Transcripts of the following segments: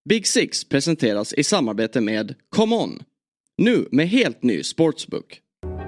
Big Six presenteras i samarbete med Come On. Nu med helt ny sportsbook.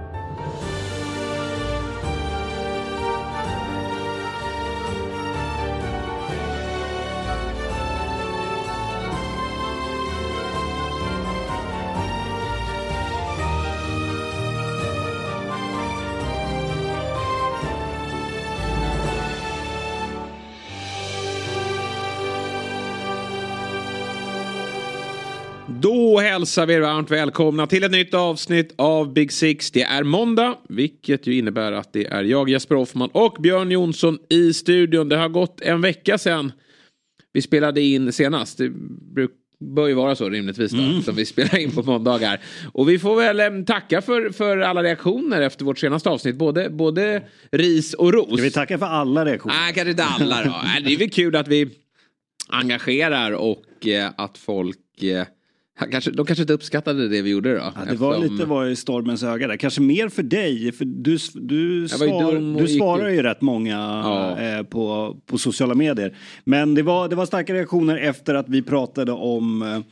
Då hälsar vi er varmt välkomna till ett nytt avsnitt av Big Six. Det är måndag, vilket ju innebär att det är jag, Jesper Hoffman och Björn Jonsson i studion. Det har gått en vecka sedan vi spelade in senast. Det bör ju vara så rimligtvis då, som vi spelar in på måndagar. Och vi får väl tacka för alla reaktioner efter vårt senaste avsnitt. Både ris och ros. Ska vi tacka för alla reaktioner? Nej, kanske inte alla då. Det är väl kul att vi engagerar och att folk... De kanske inte uppskattade det vi gjorde då. Ja, det var i stormens öga där. Kanske mer för dig. För du svarar ju rätt många på sociala medier. Men det var starka reaktioner efter att vi pratade om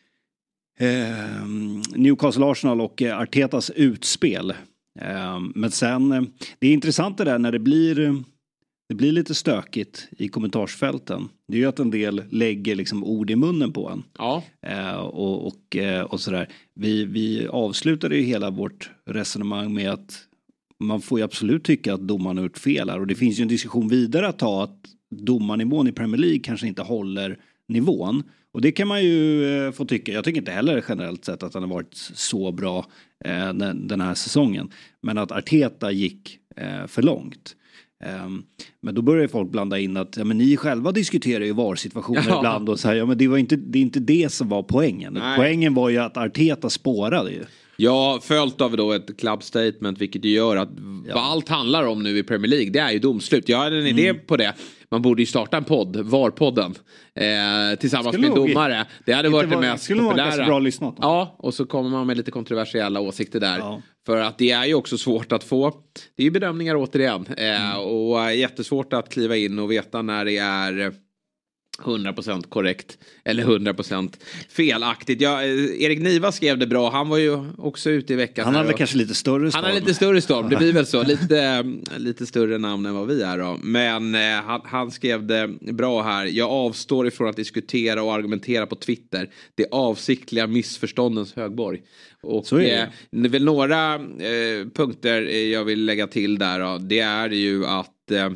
Newcastle Arsenal och Artetas utspel. Men sen, det är intressant det där när det blir lite stökigt i kommentarsfälten. Det är ju att en del lägger liksom ord i munnen på en. Ja. Och sådär. Vi avslutade ju hela vårt resonemang med att man får ju absolut tycka att domaren har gjort fel här. Och det finns ju en diskussion vidare att ta att domarnivån i Premier League kanske inte håller nivån. Och det kan man ju få tycka. Jag tycker inte heller generellt sett att han har varit så bra den här säsongen. Men att Arteta gick för långt. Men då börjar folk blanda in att men ni själva diskuterar ju VAR-situationer ibland och så här, men det är inte det som var poängen. Nej. Poängen var ju att Arteta spårade ju. Ja, följt av då ett club statement, vilket ju gör att vad allt handlar om nu i Premier League, det är ju domslut. Jag hade en idé på det. Man borde ju starta en podd, VAR-podden, tillsammans med domare. Det hade varit det mest populära. Bra lyssnat. Ja, och så kommer man med lite kontroversiella åsikter där. Ja. För att det är ju också svårt att få, det är ju bedömningar återigen. Och jättesvårt att kliva in och veta när det är 100% korrekt eller 100% felaktigt. Erik Niva skrev det bra. Han var ju också ute i veckan. Han hade kanske lite större storm. Han hade lite större storm. Det blir väl så. Lite större namn än vad vi är då. Men han skrev det bra här. Jag avstår ifrån att diskutera och argumentera på Twitter. Det är avsiktliga missförståndens högborg. Och det är väl några punkter jag vill lägga till där då. Det är ju att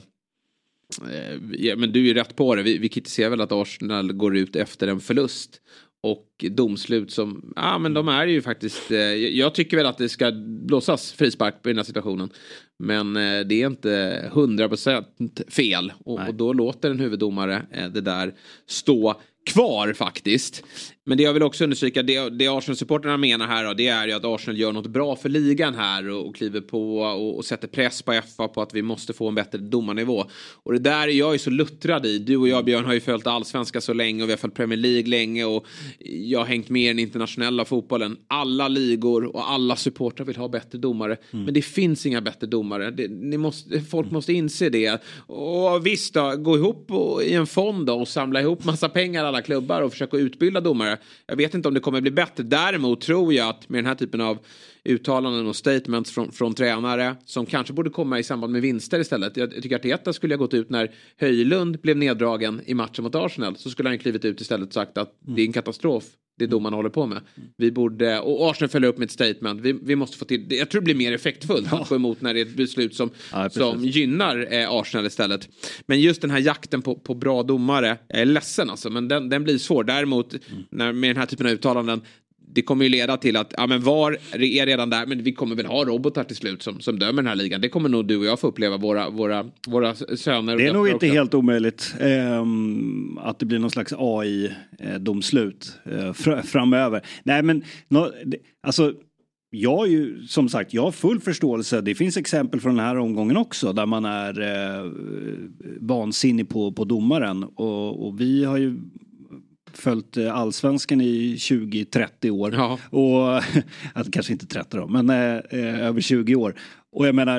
men du är ju rätt på det. Vi kritiserar väl att Arsenal går ut efter en förlust och domslut som, men de är ju faktiskt, jag tycker väl att det ska blåsas frispark på den här situationen, men det är inte 100% fel och då låter en huvuddomare det där stå kvar faktiskt. Men det jag vill också understryka, det Arsenal-supporterna menar här då, det är ju att Arsenal gör något bra för ligan här och kliver på och sätter press på FA på att vi måste få en bättre domarnivå. Och det där är jag ju så luttrad i. Du och jag, Björn, har ju följt allsvenska så länge och vi har följt Premier League länge och jag har hängt med i den internationella fotbollen. Alla ligor och alla supportrar vill ha bättre domare. Men det finns inga bättre domare. Folk måste inse det. Och visst då, gå ihop i en fond då och samla ihop massa pengar alla klubbar och försöka utbilda domare. Jag vet inte om det kommer bli bättre. Däremot tror jag att med den här typen av uttalanden och statements från tränare som kanske borde komma i samband med vinster istället. Jag tycker att Arteta skulle ha gått ut när Höjlund blev neddragen i matchen mot Arsenal, så skulle han klivit ut istället och sagt att det är en katastrof det domarna håller på med. Vi borde, och Arsenal följer upp med ett statement. Vi måste få till, jag tror det blir mer effektfullt att få emot när det är ett beslut som gynnar Arsenal istället. Men just den här jakten på bra domare, jag är ledsen alltså, men den blir svår. Däremot med den här typen av uttalanden, det kommer ju leda till att VAR är redan där, men vi kommer väl ha robotar till slut som dömer den här ligan. Det kommer nog du och jag få uppleva, våra söner. Det är nog inte helt omöjligt att det blir någon slags AI-domslut framöver. Nej, men alltså jag är ju, som sagt, jag har full förståelse. Det finns exempel från den här omgången också där man är vansinnig på domaren, och vi har ju följt allsvenskan i 20-30 år. Ja. Och kanske inte 30 då, men över 20 år. Och jag menar,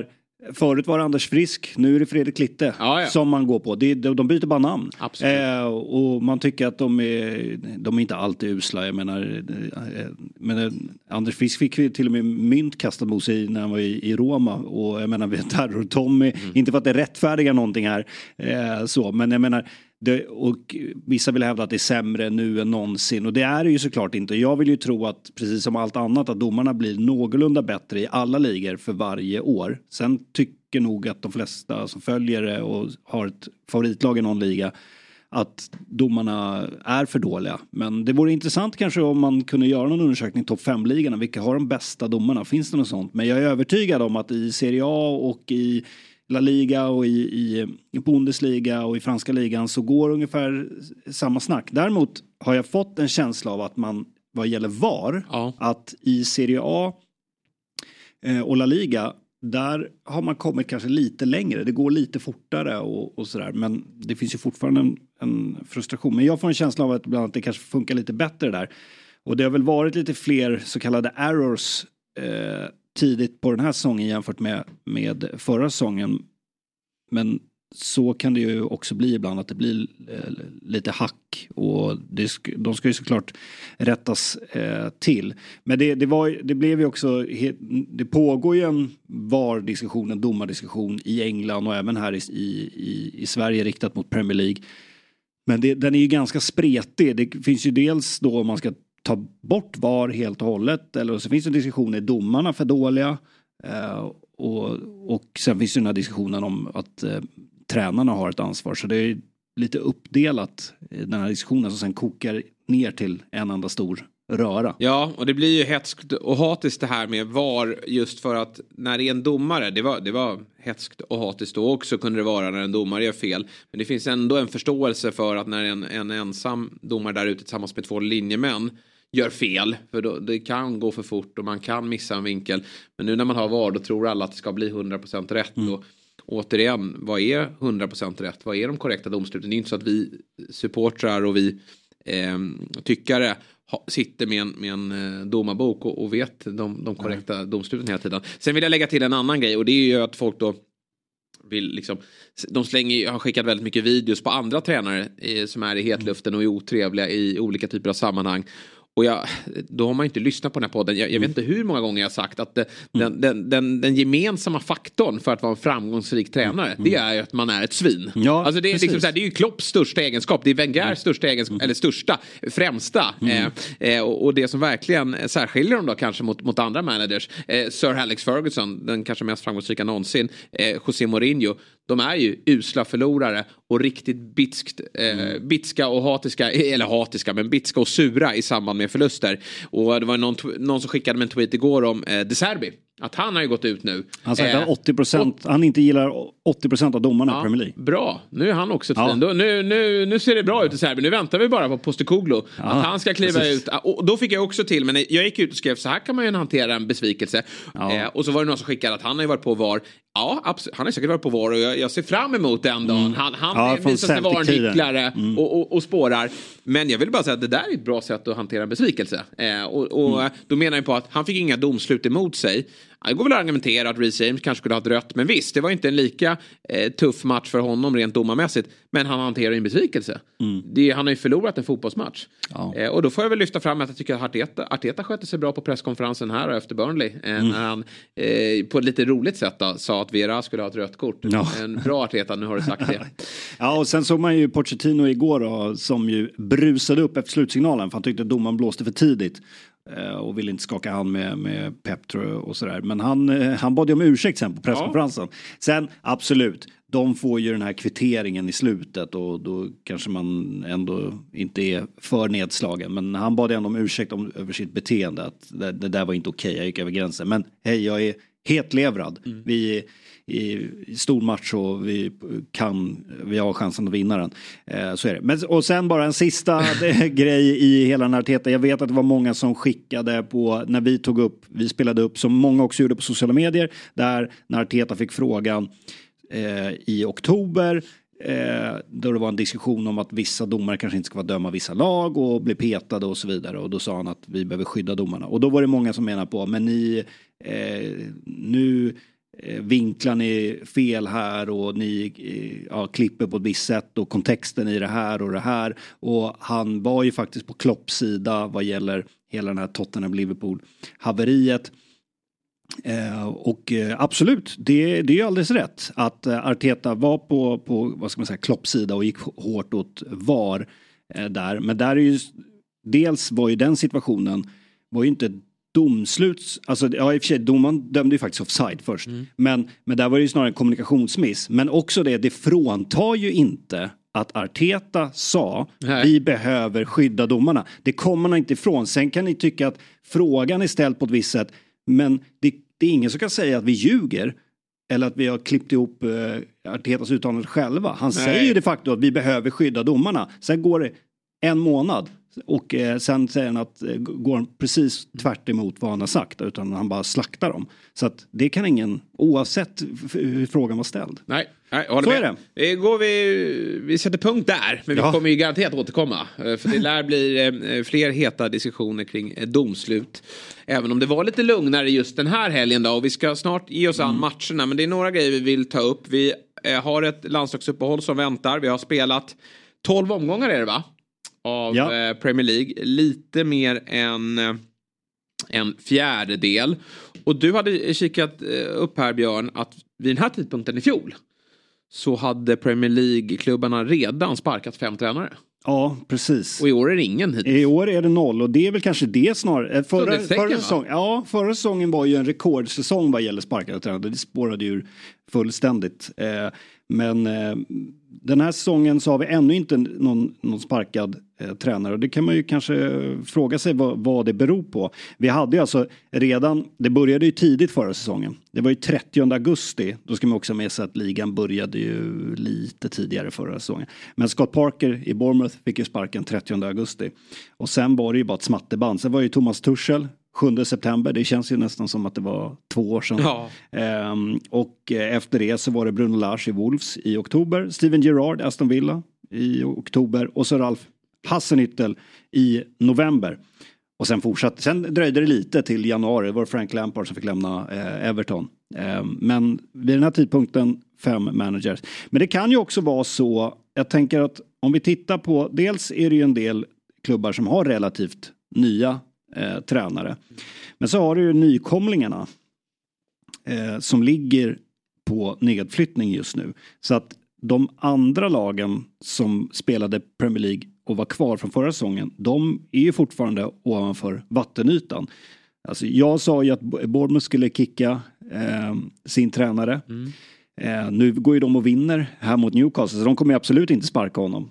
Förut var det Anders Frisk, nu är det Fredrik Litte som man går på. De byter bara namn. Och man tycker att de är inte alltid usla. Jag menar, Anders Frisk fick till och med mynt kastat mot sig när han var i Roma. Och jag menar, Terror-Tommy, inte för att det rättfärdigar någonting här. Men jag menar, och vissa vill hävda att det är sämre nu än någonsin, och det är det ju såklart inte. Jag vill ju tro att precis som allt annat att domarna blir någorlunda bättre i alla ligor för varje år. Sen tycker nog att de flesta som följer det och har ett favoritlag i någon liga att domarna är för dåliga. Men det vore intressant kanske om man kunde göra någon undersökning topp 5-ligorna. Vilka har de bästa domarna? Finns det något sånt? Men jag är övertygad om att i Serie A och i La Liga och i Bundesliga och i franska ligan så går ungefär samma snack. Däremot har jag fått en känsla av att man, vad gäller VAR, att i Serie A och La Liga, där har man kommit kanske lite längre. Det går lite fortare och sådär. Men det finns ju fortfarande en frustration. Men jag får en känsla av att bland annat det kanske funkar lite bättre där. Och det har väl varit lite fler så kallade errors tidigt på den här säsongen jämfört med förra säsongen. Men så kan det ju också bli ibland att det blir lite hack, och de ska ju såklart rättas till. Men det blev ju också, det pågår ju en VAR-diskussion, en domardiskussion i England och även här i Sverige riktat mot Premier League. Men den är ju ganska spretig. Det finns ju dels då om man ska ta bort VAR helt och hållet, eller så finns det diskussioner, domarna för dåliga, och sen finns det den här diskussionen om att tränarna har ett ansvar, så det är lite uppdelat den här diskussionen som sen kokar ner till en enda stor röra. Ja, och det blir ju hetskt och hatiskt det här med VAR, just för att när det är en domare, det var hetskt och hatiskt då också, kunde det vara när en domare gör fel, men det finns ändå en förståelse för att när en ensam domare där ute tillsammans med 2 linjemän gör fel, för då, det kan gå för fort och man kan missa en vinkel, men nu när man har VAR då tror alla att det ska bli 100% rätt. Och återigen, vad är 100% rätt? Vad är de korrekta domsluten? Det är inte så att vi supportrar och vi tyckare sitter med en domarbok och vet de korrekta domsluten hela tiden. Sen vill jag lägga till en annan grej, och det är ju att folk då vill liksom, de har skickat väldigt mycket videos på andra tränare som är i hetluften och är otrevliga i olika typer av sammanhang. Och då har man inte lyssnat på den här podden. Jag vet inte hur många gånger jag har sagt att den gemensamma faktorn för att vara en framgångsrik tränare, det är ju att man är ett svin. Ja, alltså det är liksom så här, det är ju Klopps största egenskap. Det är Wengers största egenskap, eller främsta. Och det som verkligen särskiljer dem då kanske mot andra managers. Sir Alex Ferguson, den kanske mest framgångsrika någonsin. José Mourinho. De är ju usla förlorare och riktigt bitska och hatiska, men bitska och sura i samband med förluster. Och det var någon som skickade med en tweet igår om De Serbi. Att han har ju gått ut nu. Han sa att 80%, han inte gillar 80% av domarna i Premier League. Bra, nu är han också ett fin. Nu ser det bra ut i Serbien. Nu väntar vi bara på Postecoglou. Att han ska kliva ut. Och då fick jag också till, men jag gick ut och skrev så här kan man ju hantera en besvikelse. Och så var det någon som skickade att han har ju varit på VAR. Ja, absolut. Han har säkert varit på VAR och jag ser fram emot den dagen. Han visar sig vara en hycklare och spårar. Men jag vill bara säga att det där är ett bra sätt att hantera en besvikelse. Och då menar jag på att han fick inga domslut emot sig. Det går väl att argumentera att Reece James kanske skulle ha ett rött. Men visst, det var inte en lika tuff match för honom rent domarmässigt. Men han hanterar en besvikelse. Han har ju förlorat en fotbollsmatch. Och då får jag väl lyfta fram att jag tycker att Arteta skötte sig bra på presskonferensen här efter Burnley. När han på ett lite roligt sätt då, sa att Vera skulle ha ett rött kort. En bra Arteta, nu har du sagt det. Ja, och sen såg man ju Pochettino igår då, som ju brusade upp efter slutsignalen. För han tyckte att domaren blåste för tidigt. Och ville inte skaka hand med Pep och sådär. Men han bad ju om ursäkt sen på presskonferensen. Sen absolut, de får ju den här kvitteringen i slutet. Och då kanske man ändå inte är för nedslagen. Men han bad ändå om ursäkt över sitt beteende. Att det där var inte okej, jag gick över gränsen. Men hej, jag är hetlevrad. Vi i stor match och vi har chansen att vinna den. Så är det. Men, och sen bara en sista grej i hela den här Arteta. Jag vet att det var många som skickade på när vi spelade upp, som många också gjorde på sociala medier, där när Arteta fick frågan i oktober, då det var en diskussion om att vissa domare kanske inte ska vara döma vissa lag och bli petade och så vidare, och då sa han att vi behöver skydda domarna, och då var det många som menar på, men ni nu vinklar ni fel här och ni klipper på ett visst sätt och kontexten i det här och det här. Och han var ju faktiskt på Klopps sida vad gäller hela den här Tottenham-Liverpool-haveriet. Och absolut, det är ju alldeles rätt att Arteta var på vad ska man säga, Klopps sida och gick hårt åt VAR där. Men där är ju, dels var ju den situationen var ju inte domslut, alltså i och för sig domaren dömde ju faktiskt offside först. Men där var det ju snarare en kommunikationsmiss. Men också det fråntar ju inte att Arteta sa vi behöver skydda domarna. Det kommer man inte ifrån. Sen kan ni tycka att frågan är ställd på ett visst sätt, men det är ingen som kan säga att vi ljuger eller att vi har klippt ihop Artetas uttalande själva. Han säger ju de facto att vi behöver skydda domarna. Sen går det en månad och sen säger han att går han precis tvärt emot vad han har sagt, utan han bara slaktar dem. Så att det kan ingen, oavsett hur frågan var ställd. Nej, håller så med. Är det. Vi sätter punkt där, men vi kommer ju garanterat återkomma. För det lär bli fler heta diskussioner kring domslut. Även om det var lite lugnare just den här helgen då. Och vi ska snart ge oss an matcherna, men det är några grejer vi vill ta upp. Vi har ett landslagsuppehåll som väntar. Vi har spelat 12 omgångar är det va? Av Premier League. Lite mer än en fjärdedel. Och du hade kikat upp här Björn att vid den här tidpunkten i fjol så hade Premier League-klubbarna redan sparkat 5 tränare. Ja, precis. Och i år är det ingen hittills. I år är det 0 och det är väl kanske det snarare. Förra säsongen var ju en rekordsäsong vad gäller sparkade tränare. Det spårade ju ur men den här säsongen så har vi ännu inte någon sparkad tränare. Och det kan man ju kanske fråga sig vad det beror på. Vi hade ju alltså redan, det började ju tidigt förra säsongen. Det var ju 30 augusti. Då ska man också med sig att ligan började ju lite tidigare förra säsongen. Men Scott Parker i Bournemouth fick ju sparken 30 augusti. Och sen var det ju bara ett smatteband. Sen var ju Thomas Tuchel 7 september. Det känns ju nästan som att det var 2 år sedan. Ja. Och efter det så var det Bruno Lage i Wolves i oktober. Steven Gerrard, Aston Villa i oktober. Och så Ralf Hasenhüttl i november. Och sen dröjde det lite till januari. Det var Frank Lampard som fick lämna Everton. Men vid den här tidpunkten 5 managers. Men det kan ju också vara så. Jag tänker att om vi tittar på. Dels är det ju en del klubbar som har relativt nya tränare. Men så har du ju nykomlingarna som ligger på nedflyttning just nu. Så att de andra lagen som spelade Premier League och var kvar från förra säsongen, de är ju fortfarande ovanför vattenytan. Alltså jag sa ju att Bournemouth skulle kicka sin tränare. Nu går ju de och vinner här mot Newcastle, så de kommer absolut inte sparka honom.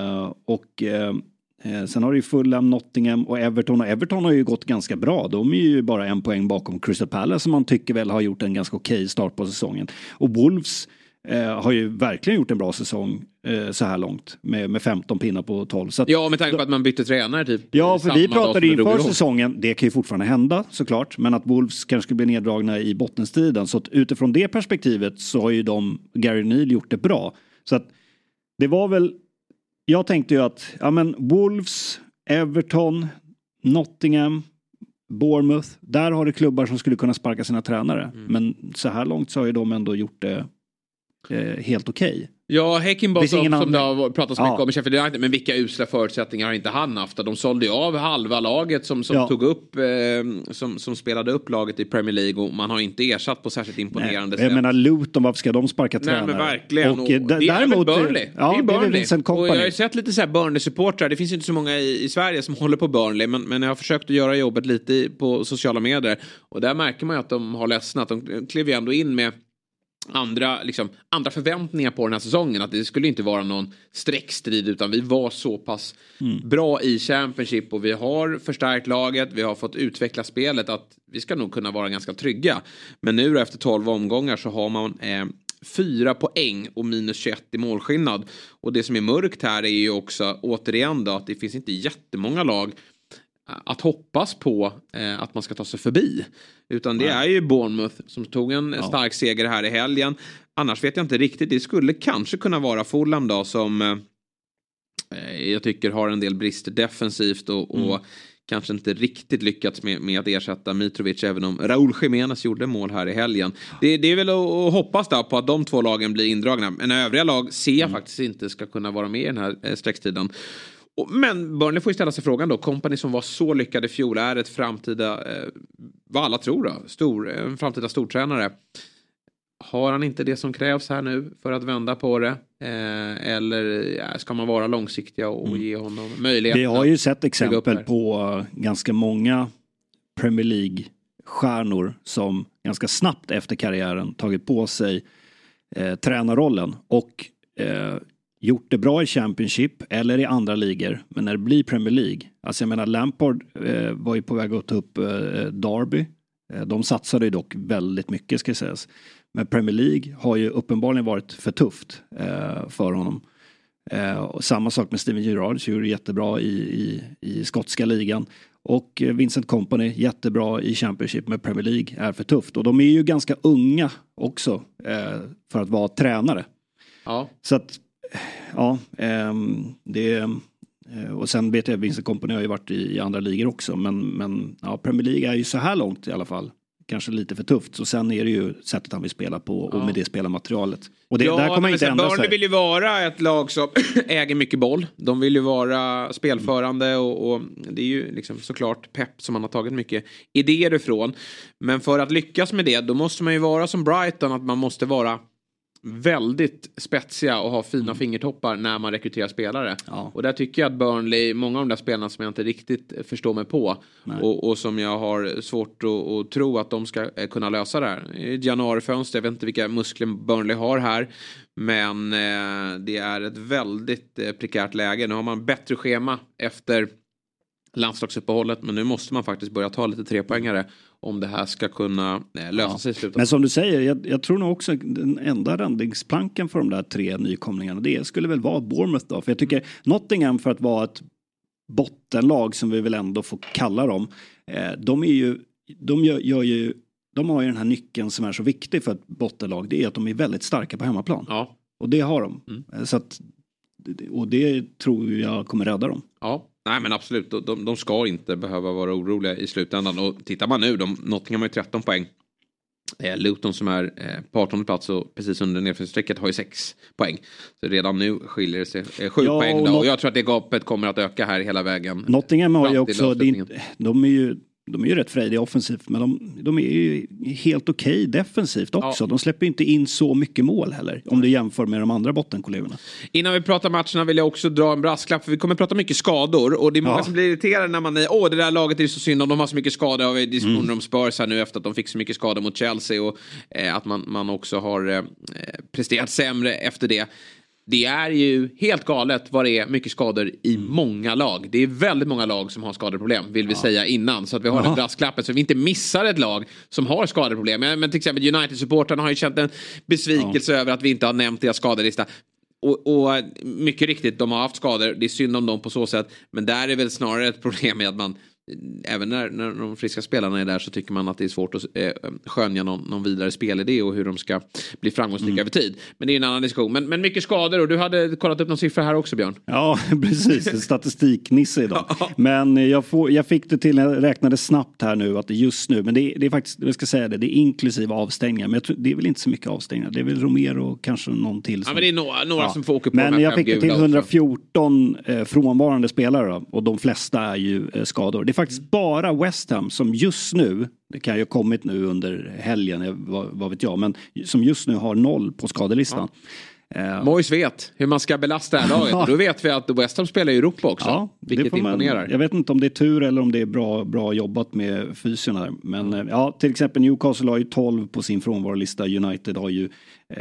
Sen har det ju Fulham, Nottingham och Everton. Och Everton har ju gått ganska bra. De är ju bara 1 poäng bakom Crystal Palace som man tycker väl har gjort en ganska okej start på säsongen. Och Wolves har ju verkligen gjort en bra säsong så här långt. Med 15 pinnar på 12. Så att, ja, med tanke på att man bytte tränare typ. Ja, för vi pratade ju inför säsongen. Det kan ju fortfarande hända såklart. Men att Wolves kanske skulle bli neddragna i bottenstriden. Så att utifrån det perspektivet så har ju Gary Neal gjort det bra. Så att det var väl. Jag tänkte ju att Wolves, Everton, Nottingham, Bournemouth, där har det klubbar som skulle kunna sparka sina tränare. Men så här långt så har ju de ändå gjort det helt okej. Ja, Heckingbottom som det har pratats mycket om i Sheffield United, men vilka usla förutsättningar har inte han haft? De sålde ju av halva laget som tog upp som spelade upp laget i Premier League, och man har inte ersatt på särskilt imponerande sätt. Jag menar Luton, varför ska de sparka tränare? Nej, men verkligen. Och det däremot, är Burnley. Ja, det är Burnley. Och jag har ju sett lite så här Burnley-supportrar. Det finns inte så många i Sverige som håller på Burnley, men jag har försökt att göra jobbet lite på sociala medier. Och där märker man ju att de har ledsnat. De klev ju ändå in med andra förväntningar på den här säsongen, att det skulle inte vara någon sträckstrid, utan vi var så pass bra i Championship och vi har förstärkt laget, vi har fått utveckla spelet, att vi ska nog kunna vara ganska trygga. Men nu efter 12 omgångar så har man 4 poäng och minus 21 i målskillnad, och det som är mörkt här är ju också återigen då att det finns inte jättemånga lag att hoppas på att man ska ta sig förbi. Utan det är ju Bournemouth som tog en stark seger här i helgen. Annars vet jag inte riktigt. Det skulle kanske kunna vara Fulham då, som jag tycker har en del brister defensivt och kanske inte riktigt lyckats med att ersätta Mitrovic, även om Raúl Jiménez gjorde mål här i helgen. Det är väl att hoppas då på att de två lagen blir indragna. Men övriga lag ser jag faktiskt inte ska kunna vara med i den här sträckstiden. Men Burnley får ju ställa sig frågan då. Kompani som var så lyckade i fjol är ett framtida, vad alla tror då, en framtida stortränare. Har han inte det som krävs här nu för att vända på det? Eller ska man vara långsiktiga och ge honom möjlighet? Vi har ju sett exempel på ganska många Premier League-stjärnor som ganska snabbt efter karriären tagit på sig tränarrollen och gjort det bra i Championship eller i andra ligor. Men när det blir Premier League, alltså jag menar Lampard var ju på väg att ta upp Derby. De satsade ju dock väldigt mycket ska sägas. Men Premier League har ju uppenbarligen varit för tufft för honom. Och samma sak med Steven Gerrard, så gjorde det jättebra i skotska ligan. Och Vincent Kompany jättebra i Championship, med Premier League är för tufft. Och de är ju ganska unga också för att vara tränare. Ja. Så att, ja, det... Och sen vet jag att Vincent Kompany har ju varit i andra ligor också. Men ja, Premier League är ju så här långt i alla fall kanske lite för tufft. Så sen är det ju sättet han vill spela på och med det spelarmaterialet. Och det där kommer inte ändra sig. Burnley vill ju vara ett lag som äger mycket boll. De vill ju vara spelförande och det är ju liksom såklart Pep som man har tagit mycket idéer ifrån. Men för att lyckas med det, då måste man ju vara som Brighton, att man måste vara väldigt spetsiga och ha fina fingertoppar när man rekryterar spelare. Ja. Och där tycker jag att Burnley, många av de där spelarna som jag inte riktigt förstår mig på och som jag har svårt att tro att de ska kunna lösa det här. I januarifönster, jag vet inte vilka muskler Burnley har här, men det är ett väldigt prekärt läge. Nu har man bättre schema efter landslagsuppehållet, men nu måste man faktiskt börja ta lite trepoängare om det här ska kunna lösa sig i slutet. Men som du säger, jag tror nog också den enda räddningsplanken för de där 3 nykomlingarna, det skulle väl vara Bournemouth då. För jag tycker Nottingham, för att vara ett bottenlag som vi väl ändå får kalla dem, de har ju den här nyckeln som är så viktig för ett bottenlag, det är att de är väldigt starka på hemmaplan. Ja. Och det har de. Så att, och det tror jag kommer rädda dem. Ja. Nej, men absolut, de ska inte behöva vara oroliga i slutändan. Och tittar man nu, Nottingham har ju 13 poäng. Luton som är på 18:e plats och precis under nedförsstrecket har ju 6 poäng. Så redan nu skiljer det sig 7 poäng då. Och jag tror att det gapet kommer att öka här hela vägen. Nottingham har ju också, de är ju rätt frejdiga offensivt, men de är ju helt okej defensivt också. Ja. De släpper inte in så mycket mål heller, om du jämför med de andra bottenkollegorna. Innan vi pratar matcherna vill jag också dra en brasklapp, för vi kommer att prata mycket skador. Och det är många som blir irriterade när man är, det där laget är så synd om de har så mycket skador. Har vi diskussioner om Spurs här nu efter att de fick så mycket skador mot Chelsea. Och att man också har presterat sämre efter det. Det är ju helt galet vad det är mycket skador i många lag. Det är väldigt många lag som har skadeproblem, vill vi säga innan. Så att vi har den brasklappen så vi inte missar ett lag som har skadeproblem. Men till exempel United-supportrarna har ju känt en besvikelse över att vi inte har nämnt deras skadelista. Och mycket riktigt, de har haft skador. Det är synd om dem på så sätt. Men där är väl snarare ett problem med att man, även när de friska spelarna är där, så tycker man att det är svårt att skönja någon vidare spelidé och hur de ska bli framgångsrika över tid. Men det är en annan diskussion. Men mycket skador, och du hade kollat upp någon siffra här också, Björn. Ja, precis. Statistiknisse idag. Men jag fick det till, jag räknade snabbt här nu att det just nu, men det är faktiskt, jag ska säga det är inklusive avstängningar. Men jag tror, det är väl inte så mycket avstängningar. Det är väl Romero och kanske någon till. Ja, men det är några som får åka på. Men jag fick det till 114 frånvarande spelare då, och de flesta är ju skador. Det är faktiskt bara West Ham som just nu, det kan ju ha kommit nu under helgen, vad vet jag, men som just nu har 0 på skadelistan. Moyes vet hur man ska belasta det här laget. Då vet vi att West Ham spelar i Europa också, vilket imponerar. Jag vet inte om det är tur eller om det är bra jobbat med fysiorna där. Men till exempel Newcastle har ju 12 på sin frånvarolista, United har ju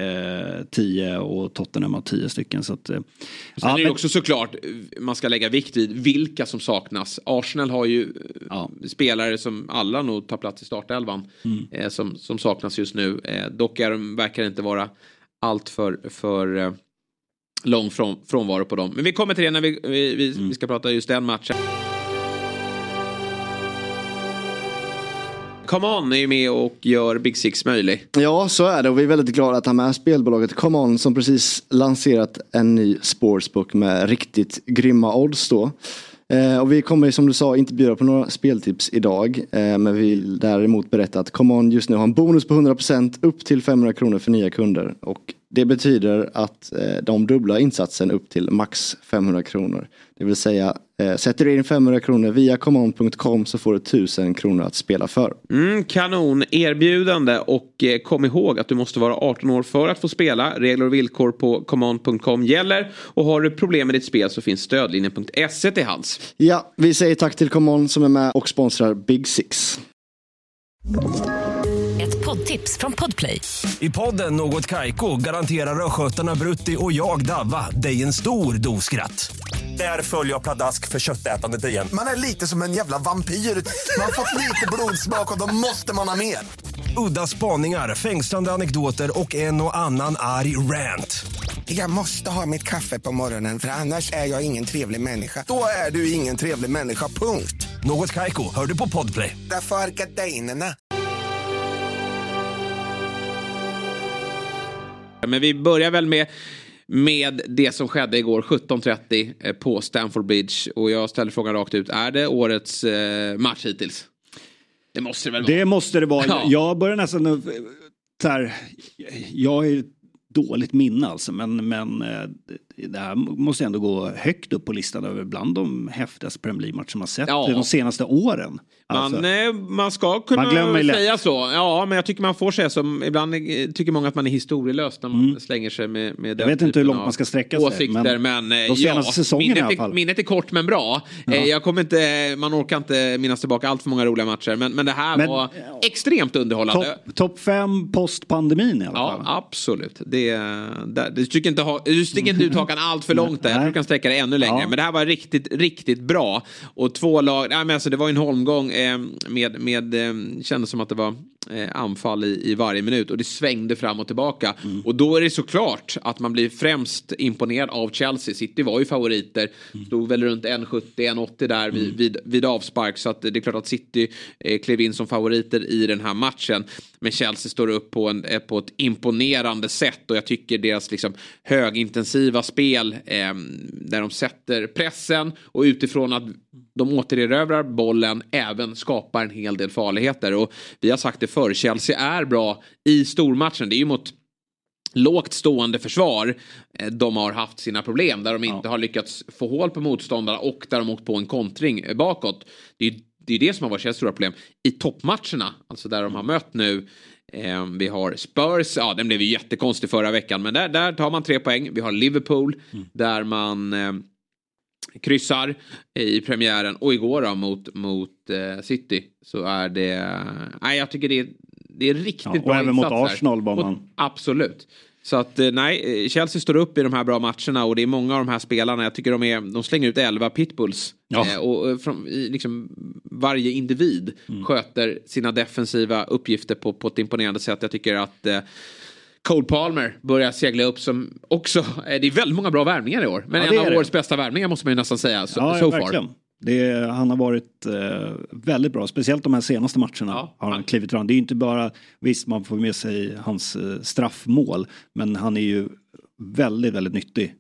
10 och Tottenham har 10 stycken. Så att, sen är det också såklart, man ska lägga vikt vid vilka som saknas. Arsenal har ju spelare som alla nog tar plats i startelvan som saknas just nu. Dock verkar det inte vara allt för lång frånvaro på dem. Men vi kommer till det när vi ska prata just den matchen. Come On är ju med och gör Big Six möjlig. Ja, så är det, och vi är väldigt glada att ha med spelbolaget Come On som precis lanserat en ny sportsbook med riktigt grymma odds då. Och vi kommer som du sa inte bjuda på några speltips idag. Men vi vill däremot berätta att ComeOn just nu har en bonus på 100% upp till 500 kronor för nya kunder. Och det betyder att de dubblar insatsen upp till max 500 kronor. Det vill säga, sätter du in 500 kronor via comeon.com så får du 1000 kronor att spela för. Kanon erbjudande, och kom ihåg att du måste vara 18 år för att få spela. Regler och villkor på comeon.com gäller, och har du problem med ditt spel så finns stödlinjen.se till hands. Ja, vi säger tack till ComeOn som är med och sponsrar Big Six. Ett poddtips från Podplay. I podden Något Kaiko garanterar röskötarna Brutti och jag Davva dig en stor doskratt. Där följer jag pladask för köttätandet igen. Man är lite som en jävla vampyr. Man har fått lite blodsmak och då måste man ha mer. Udda spaningar, fängslande anekdoter och en och annan arg rant. Jag måste ha mitt kaffe på morgonen för annars är jag ingen trevlig människa. Då är du ingen trevlig människa, punkt. Något Kaiko, hör du på Podplay. Därför är gardinerna. Men vi börjar väl med det som skedde igår 17:30 på Stamford Bridge, och jag ställer frågan rakt ut: är det årets match hittills? Det måste det väl vara? Det måste det vara. Ja. Jag börjar nästan här, jag är dåligt minne alltså, men det här måste ändå gå högt upp på listan över bland de häftigaste Premier League-matcher man sett de senaste åren. Alltså, man ska kunna säga så. Ja, men jag tycker man får säga så. Ibland tycker många att man är historielös när man slänger sig med den. Jag vet inte hur långt man ska sträcka sig. Åsikter, men de senaste säsongerna i alla fall. Minnet är kort men bra. Ja. Man orkar inte minnas tillbaka allt för många roliga matcher. Men det här var extremt underhållande. Topp 5 post-pandemin i alla fall. Ja, absolut. Du sticker inte ut hakan allt för långt där. Du kan sträcka det ännu längre. Men det här var riktigt, riktigt bra. Och två lag, det var en holmgång med kändes som att det var anfall i varje minut, och det svängde fram och tillbaka. Och då är det såklart att man blir främst imponerad av Chelsea. City var ju favoriter, stod väl runt 1,70-1,80 där vid avspark, så att det är klart att City klev in som favoriter i den här matchen. Men Chelsea står upp på ett imponerande sätt, och jag tycker deras liksom högintensiva spel där de sätter pressen och utifrån att de återerövrar bollen även skapar en hel del farligheter. Och vi har sagt det förr, Chelsea är bra i stormatchen. Det är ju mot lågt stående försvar de har haft sina problem, där de inte har lyckats få hål på motståndarna och där de åkt på en kontring bakåt. Det är det som har varit Chelseas stora problem i toppmatcherna, alltså där de har mött nu. Vi har Spurs, den blev ju jättekonstig förra veckan, men där tar man 3 poäng. Vi har Liverpool där man kryssar i premiären, och igår då mot City så är det jag tycker det är riktigt bra. Och även mot Arsenal var man. Absolut. Så att Chelsea står upp i de här bra matcherna, och det är många av de här spelarna, jag tycker de slänger ut 11 pitbulls. Och liksom varje individ sköter sina defensiva uppgifter på ett imponerande sätt. Jag tycker att Cole Palmer börjar segla upp som också, det är väldigt många bra värvningar i år, men en av årets bästa värvningar måste man ju nästan säga so verkligen. far. Han har varit väldigt bra, speciellt de här senaste matcherna har han klivit fram. Det är ju inte bara, visst man får med sig hans straffmål, men han är ju väldigt, väldigt nyttig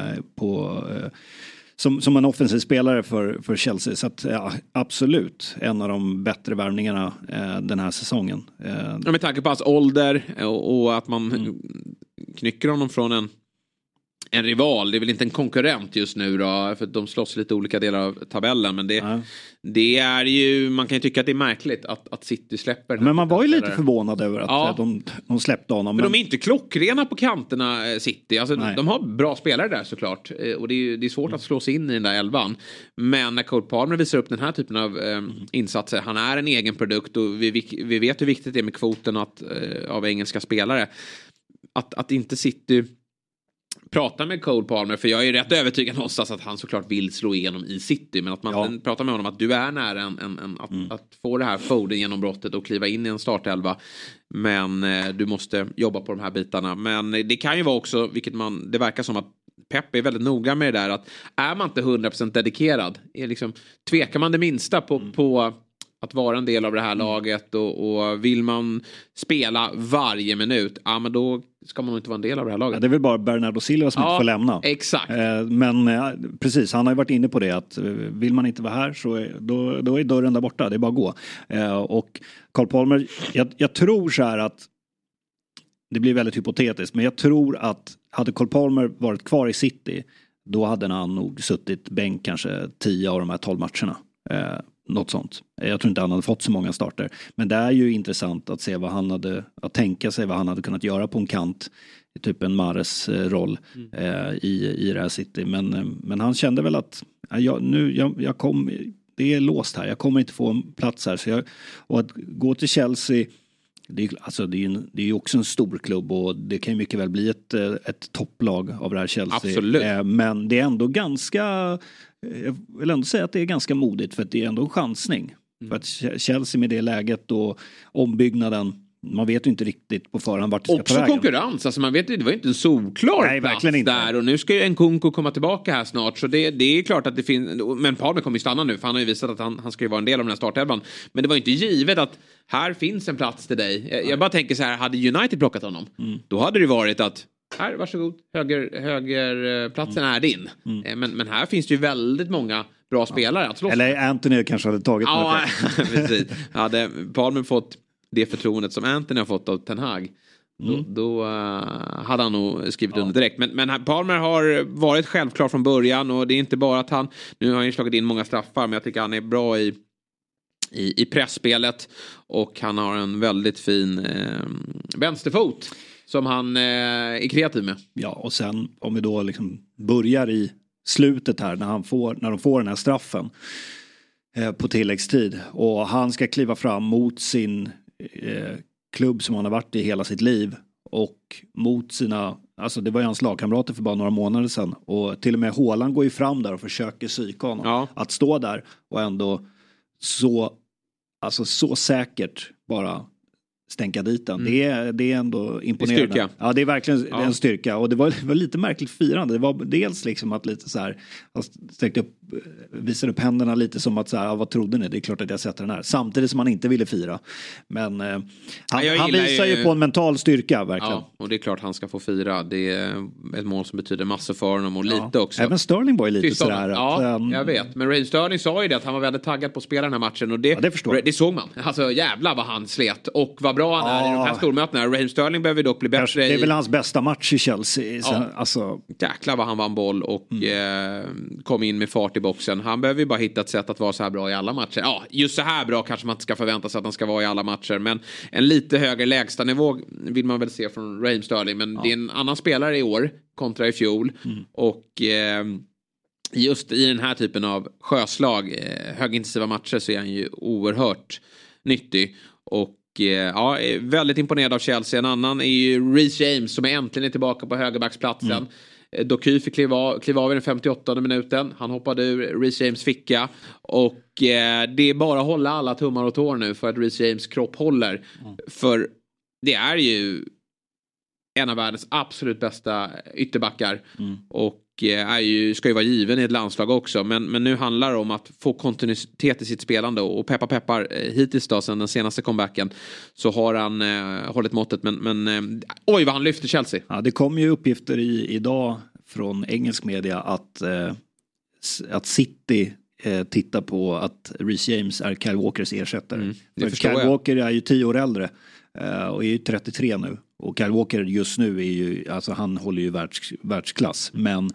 som en offensiv spelare för Chelsea. Så att, absolut en av de bättre värvningarna den här säsongen. Med tanke på hans ålder och att man knycker honom från en rival. Det är väl inte en konkurrent just nu då, för de slåss lite olika delar av tabellen, men det är ju, man kan ju tycka att det är märkligt att City släpper. Men man var ju lite förvånad över att de släppte honom. Men de är inte klockrena på kanterna, City. Alltså, de har bra spelare där såklart, och det är svårt att slå sig in i den där 11. Men när Cole Palmer visar upp den här typen av insatser, han är en egen produkt, och vi vet hur viktigt det är med kvoten av engelska spelare. Att inte City prata med Cole Palmer, för jag är rätt övertygad någonstans att han såklart vill slå igenom i City, men att man pratar med honom att du är nära att få det här Foden genombrottet och kliva in i en startelva, men du måste jobba på de här bitarna. Men det kan ju vara också, det verkar som att Pep är väldigt noga med det där, att är man inte 100% dedikerad, tvekar man det minsta på att vara en del av det här laget och vill man spela varje minut, ja men då ska man nog inte vara en del av det här laget. Ja, det är väl bara Bernardo Silva som inte får lämna. Exakt. Men precis, han har ju varit inne på det att vill man inte vara här så då är dörren där borta, det är bara att gå. Och Carl Palmer, jag tror så här att det blir väldigt hypotetiskt, men jag tror att hade Carl Palmer varit kvar i City, då hade han nog suttit bänk kanske 10 av de här 12 matcherna. Något sånt. Jag tror inte han hade fått så många starter. Men det är ju intressant att se att tänka sig vad han hade kunnat göra på en kant. Typ en Mahrez roll i det här City. Men han kände väl att det är låst här. Jag kommer inte få en plats här. Och att gå till Chelsea, det är ju också en stor klubb och det kan ju mycket väl bli ett topplag av det här Chelsea. Absolut. Men det är ändå jag vill ändå säga att det är ganska modigt, för att det är ändå en chansning. För att Chelsea med det läget och ombyggnaden, man vet ju inte riktigt på förhand vart det ska också ta vägen. Konkurrens, alltså man vet, det var ju inte en solklar plats där, och nu ska ju Nkunku komma tillbaka här snart, så det är klart att det finns, men Palmer kommer ju stanna nu för han har ju visat att han ska ju vara en del av den här startelvan, men det var ju inte givet att här finns en plats till dig. Jag bara tänker så här, hade United plockat honom, då hade det varit att här, varsågod, högerplatsen är din. Men här finns det ju väldigt många bra spelare att slåss. Eller Anthony kanske hade tagit precis. Hade Palmer fått det förtroendet som Anthony har fått av Ten Hag, då hade han nog skrivit under direkt. Men Palmer har varit självklar från början, och det är inte bara att nu har han ju slagit in många straffar, men jag tycker han är bra i pressspelet, och han har en väldigt fin vänsterfot som han är kreativ med. Ja, och sen om vi då liksom börjar i slutet här, när de får den här straffen på tilläggstid, och han ska kliva fram mot sin klubb som han har varit i hela sitt liv, och mot sina, alltså det var ju hans lagkamrater för bara några månader sedan, och till och med Haaland går ju fram där och försöker psyka honom. Att stå där och ändå så säkert bara stänka dit den. Det är ändå imponerande. Styrka. Ja, det är verkligen en styrka. Och det var lite märkligt firande. Det var dels liksom att lite så här, visade upp händerna lite som att så här, vad trodde ni? Det är klart att jag sätter den här. Samtidigt som han inte ville fira. Men han visar ju på en mental styrka verkligen. Ja, och det är klart han ska få fira. Det är ett mål som betyder massor för honom, och lite också. Även Sterling var ju lite sådär. Ja, jag vet. Men Raheem Sterling sa ju det, att han var väldigt taggad på att spela den här matchen, och det såg man. Alltså jävla vad han slet, och vad bra han är i de här stormötena. Raheem Sterling behöver dock bli bättre. Det är väl hans bästa match i Chelsea. Så, alltså. Jäklar vad han vann boll och kom in med fart i boxen. Han behöver ju bara hitta ett sätt att vara så här bra i alla matcher. Ja, just så här bra kanske man inte ska förvänta sig att han ska vara i alla matcher, men en lite högre lägsta nivå vill man väl se från Raheem Sterling. Men det är en annan spelare i år kontra i fjol. Och just i den här typen av sjöslag, högintensiva matcher, så är han ju oerhört nyttig. Och väldigt imponerad av Chelsea. En annan är ju Reece James, som äntligen är tillbaka på högerbacksplatsen. Doku fick kliva av i den 58:e minuten. Han hoppade ur Reece James ficka. Och det är bara att hålla alla tummar och tår nu för att Reece James kropp håller. För det är ju en av världens absolut bästa ytterbackar. Och ska ju vara given i ett landslag också. Men nu handlar det om att få kontinuitet i sitt spelande. Och peppar hittills då, sen den senaste comebacken, så har han hållit måttet. Men oj vad han lyfter Chelsea. Ja, det kom ju uppgifter idag från engelsk media att City tittar på att Reece James är Kyle Walkers ersättare. För Kyle Walker är ju 10 år äldre och är ju 33 nu. Och Kyle Walker just nu är ju, alltså han håller ju världsklass. Men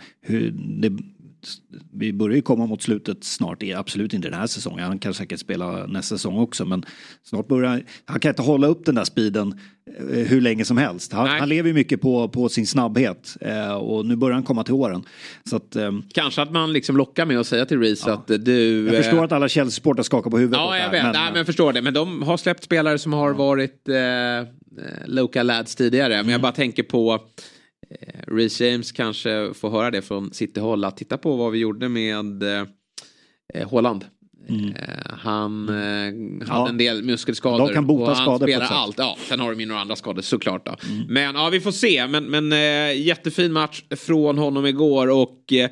vi börjar ju komma mot slutet snart. Det är absolut inte den här säsongen. Han kan säkert spela nästa säsong också. Men snart han kan inte hålla upp den där speeden hur länge som helst. Han lever ju mycket på sin snabbhet. Och nu börjar han komma till åren. Så att, kanske att man liksom lockar med att säga till Reece att du... Jag förstår att alla Chelsea-supportrar skakar på huvudet. Ja, jag vet. Men jag förstår det. Men de har släppt spelare som har varit local lads tidigare. Men jag bara tänker på... Reece James kanske får höra det från City-håll, att titta på vad vi gjorde med Haaland. Han hade en del muskelskador. De kan bota och han spelar allt. Ja, sen har de ju några andra skador såklart då. Men ja, vi får se. Men jättefin match från honom igår. Och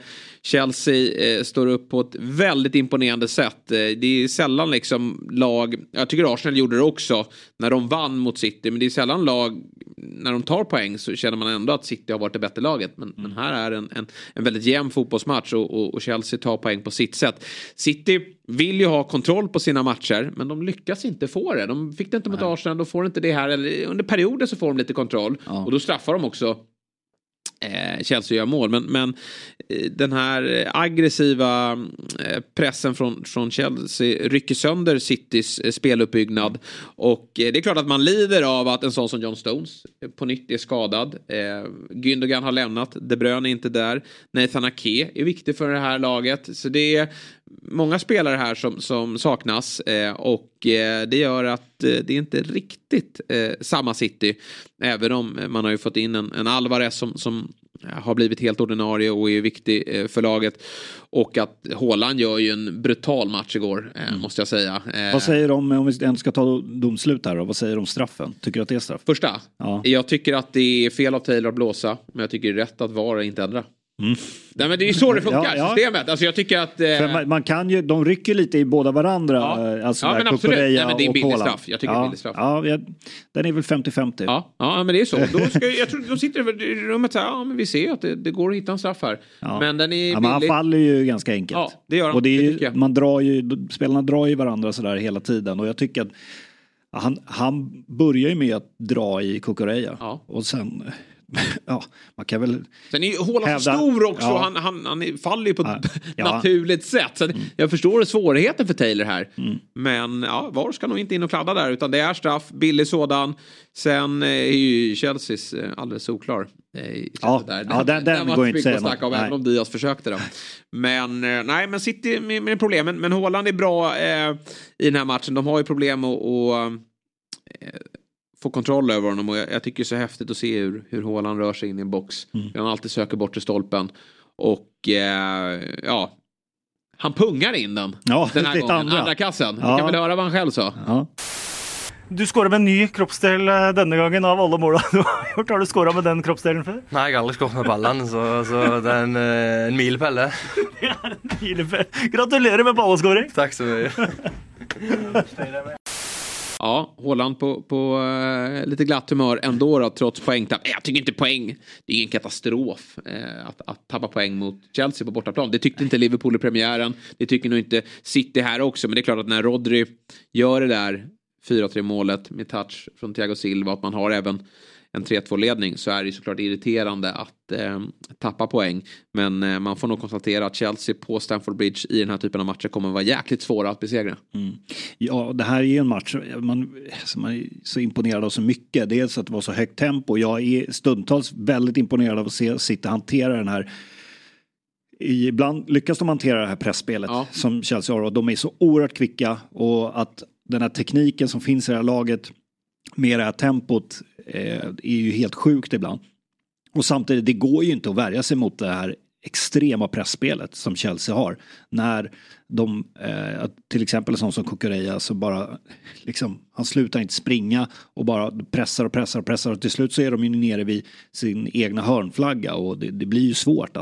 Chelsea står upp på ett väldigt imponerande sätt. Det är sällan liksom lag, jag tycker Arsenal gjorde det också när de vann mot City, men det är sällan lag när de tar poäng så känner man ändå att City har varit det bättre laget. Men här är en väldigt jämn fotbollsmatch och Chelsea tar poäng på sitt sätt. City vill ju ha kontroll på sina matcher, men de lyckas inte få det. De fick det inte mot Arsenal, då får inte det här. Eller under perioder så får de lite kontroll. Och då straffar de också Chelsea gör mål. Men den här aggressiva pressen från Chelsea rycker sönder Citys speluppbyggnad. Och det är klart att man lider av att en sån som John Stones på nytt är skadad. Gündogan har lämnat, De Bruyne är inte där. Nathan Ake är viktig för det här laget. Så det är många spelare här som saknas och det gör att det är inte riktigt samma City, även om man har ju fått in en Alvarez som har blivit helt ordinarie och är viktig för laget, och att Haaland gör ju en brutal match igår, måste jag säga. Vad säger de, om vi ska ta domslut här då, vad säger de om straffen? Tycker du att det är straff? Första? Ja. Jag tycker att det är fel av Taylor att blåsa, men jag tycker det är rätt att vara inte ändra. Nej, men det är ju så det funkar, systemet. Alltså jag tycker att man kan ju, de rycker lite i båda varandra. Alltså men absolut. Nej, men det är en billig straff. Jag tycker det är billig straff. Den är väl 50-50. Ja, men det är så. Jag tror de sitter i rummet så här, men vi ser att det går att hitta en straff här. Men den är billig. Men han faller ju ganska enkelt. Ja, det gör han. Och det är spelarna drar ju varandra så där hela tiden, och jag tycker att han börjar ju med att dra i Cucurella. Och sen man kan väl. Sen är Haaland stor också. Han faller ju på ett naturligt sätt. Så jag förstår svårigheten för Taylor här. Men VAR ska nog inte in och kladda där, utan det är straff, billig sådan. Sen är ju Chelseas alldeles oklar. Den går inte att säga om, även om Diaz försökte då. Men men City med problemen. Men Haaland är bra i den här matchen. De har ju problem att få kontroll över honom, och jag tycker det är så häftigt att se hur Haaland rör sig in i en box. Han alltid söker bort till stolpen och han pungar in den den här gången, andra kassen. Vi kan väl höra vad han själv sa. Du skårer med en ny kroppsdel denne gangen av alle måla du har gjort. Har du skåret med den kroppsdelen før? Nei, jeg har aldri skåret med ballen, så det er en milepæl det. Det er en milepæl. Gratulerer med balleskåring. Tack så mycket. Ja, Haaland på lite glatt humör ändå då, trots poängtapp. Jag tycker inte poäng, det är ingen katastrof att tappa poäng mot Chelsea på bortaplan. Det tyckte inte Liverpool i premiären. Det tycker nog inte City här också. Men det är klart att när Rodri gör det där 4-3 målet med touch från Thiago Silva, att man har även en 3-2-ledning, så är det såklart irriterande att tappa poäng. Men man får nog konstatera att Chelsea på Stamford Bridge i den här typen av matcher kommer att vara jäkligt svåra att besegra. Ja, det här är ju en match man är så imponerad av så mycket. Dels att det var så högt tempo. Jag är stundtals väldigt imponerad av att se City hantera den här. Ibland lyckas de hantera det här pressspelet som Chelsea har, och de är så oerhört kvicka, och att den här tekniken som finns i det här laget med det här tempot är ju helt sjukt ibland. Och samtidigt, det går ju inte att värja sig mot det här extrema pressspelet som Chelsea har. När de, till exempel sån som Cucurella, så bara liksom, han slutar inte springa och bara pressar, och till slut så är de ju nere vid sin egna hörnflagga, och det blir ju svårt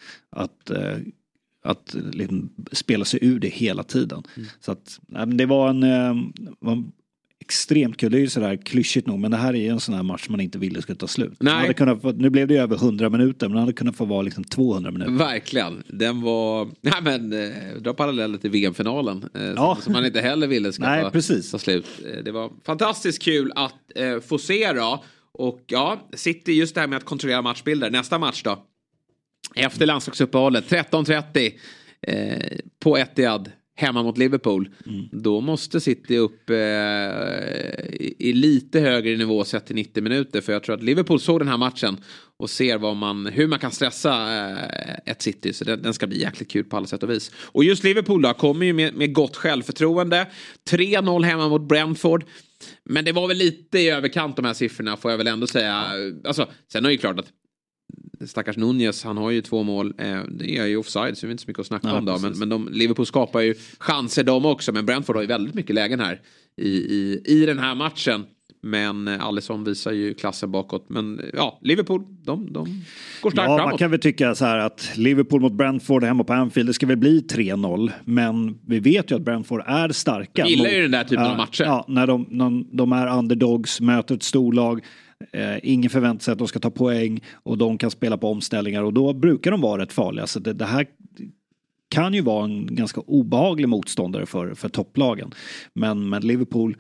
att liksom spela sig ur det hela tiden. Så att det var en extremt kul. Det är ju sådär klyschigt nog, men det här är en sån här match man inte ville skulle ta slut. Nu blev det ju över 100 minuter, men det hade kunnat få vara liksom 200 minuter. Verkligen. Den var dra paralleller till VM-finalen som man inte heller ville ska ta slut. Det var fantastiskt kul att få se då. Och City, just det här med att kontrollera matchbilder. Nästa match då, efter landslagsuppehållet 13:30 på Etihad hemma mot Liverpool. Då måste City upp i lite högre nivå sett till 90 minuter. För jag tror att Liverpool såg den här matchen och ser hur man kan stressa ett City. Så den ska bli jäkligt kul på alla sätt och vis. Och just Liverpool då kommer ju med gott självförtroende. 3-0 hemma mot Brentford. Men det var väl lite i överkant de här siffrorna, får jag väl ändå säga. Alltså, sen är det ju klart att stackars Nunez, han har ju 2 mål. Det är ju offside, så det är inte så mycket att snacka om då. Men Liverpool skapar ju chanser de också. Men Brentford har ju väldigt mycket lägen här i den här matchen. Men Alisson visar ju klassen bakåt. Men ja, Liverpool, de går starkt framåt. Man kan väl tycka så här att Liverpool mot Brentford hemma på Anfield, det ska väl bli 3-0. Men vi vet ju att Brentford är starka. De gillar ju den där typen av matcher. Ja, när de är underdogs, möter ett storlag. Ingen förväntar sig att de ska ta poäng och de kan spela på omställningar och då brukar de vara rätt farliga. Så det här kan ju vara en ganska obehaglig motståndare för topplagen. Men Liverpool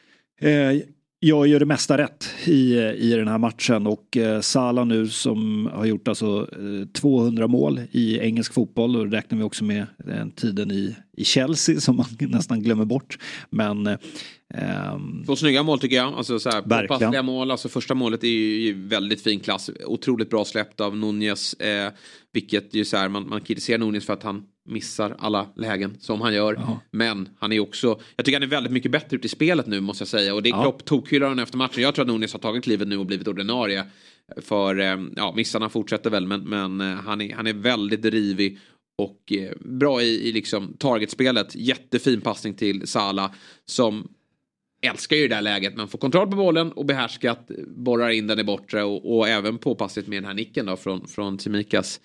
jag gör det mesta rätt i den här matchen och Salah nu som har gjort alltså 200 mål i engelsk fotboll och räknar vi också med den tiden i Chelsea som man nästan glömmer bort. Men två snygga mål tycker jag. Alltså så här, påpassliga mål. Alltså första målet är ju väldigt fin klass. Otroligt bra släppt av Nunez. Vilket ju så här, man kritiserar Nunez för att han missar alla lägen som han gör. Aha. Men han är också, jag tycker han är väldigt mycket bättre ut i spelet nu måste jag säga. Och det är Klopp tokhyllar han efter matchen. Jag tror att Nunez har tagit klivet nu och blivit ordinarie. För missarna fortsätter väl. Men han är väldigt drivig. Och bra i liksom targetspelet. Jättefin passning till Salah som älskar ju det där läget, men får kontroll på bollen och behärskat borrar in den i bortre och även påpassligt med den här nicken då från Tsimikas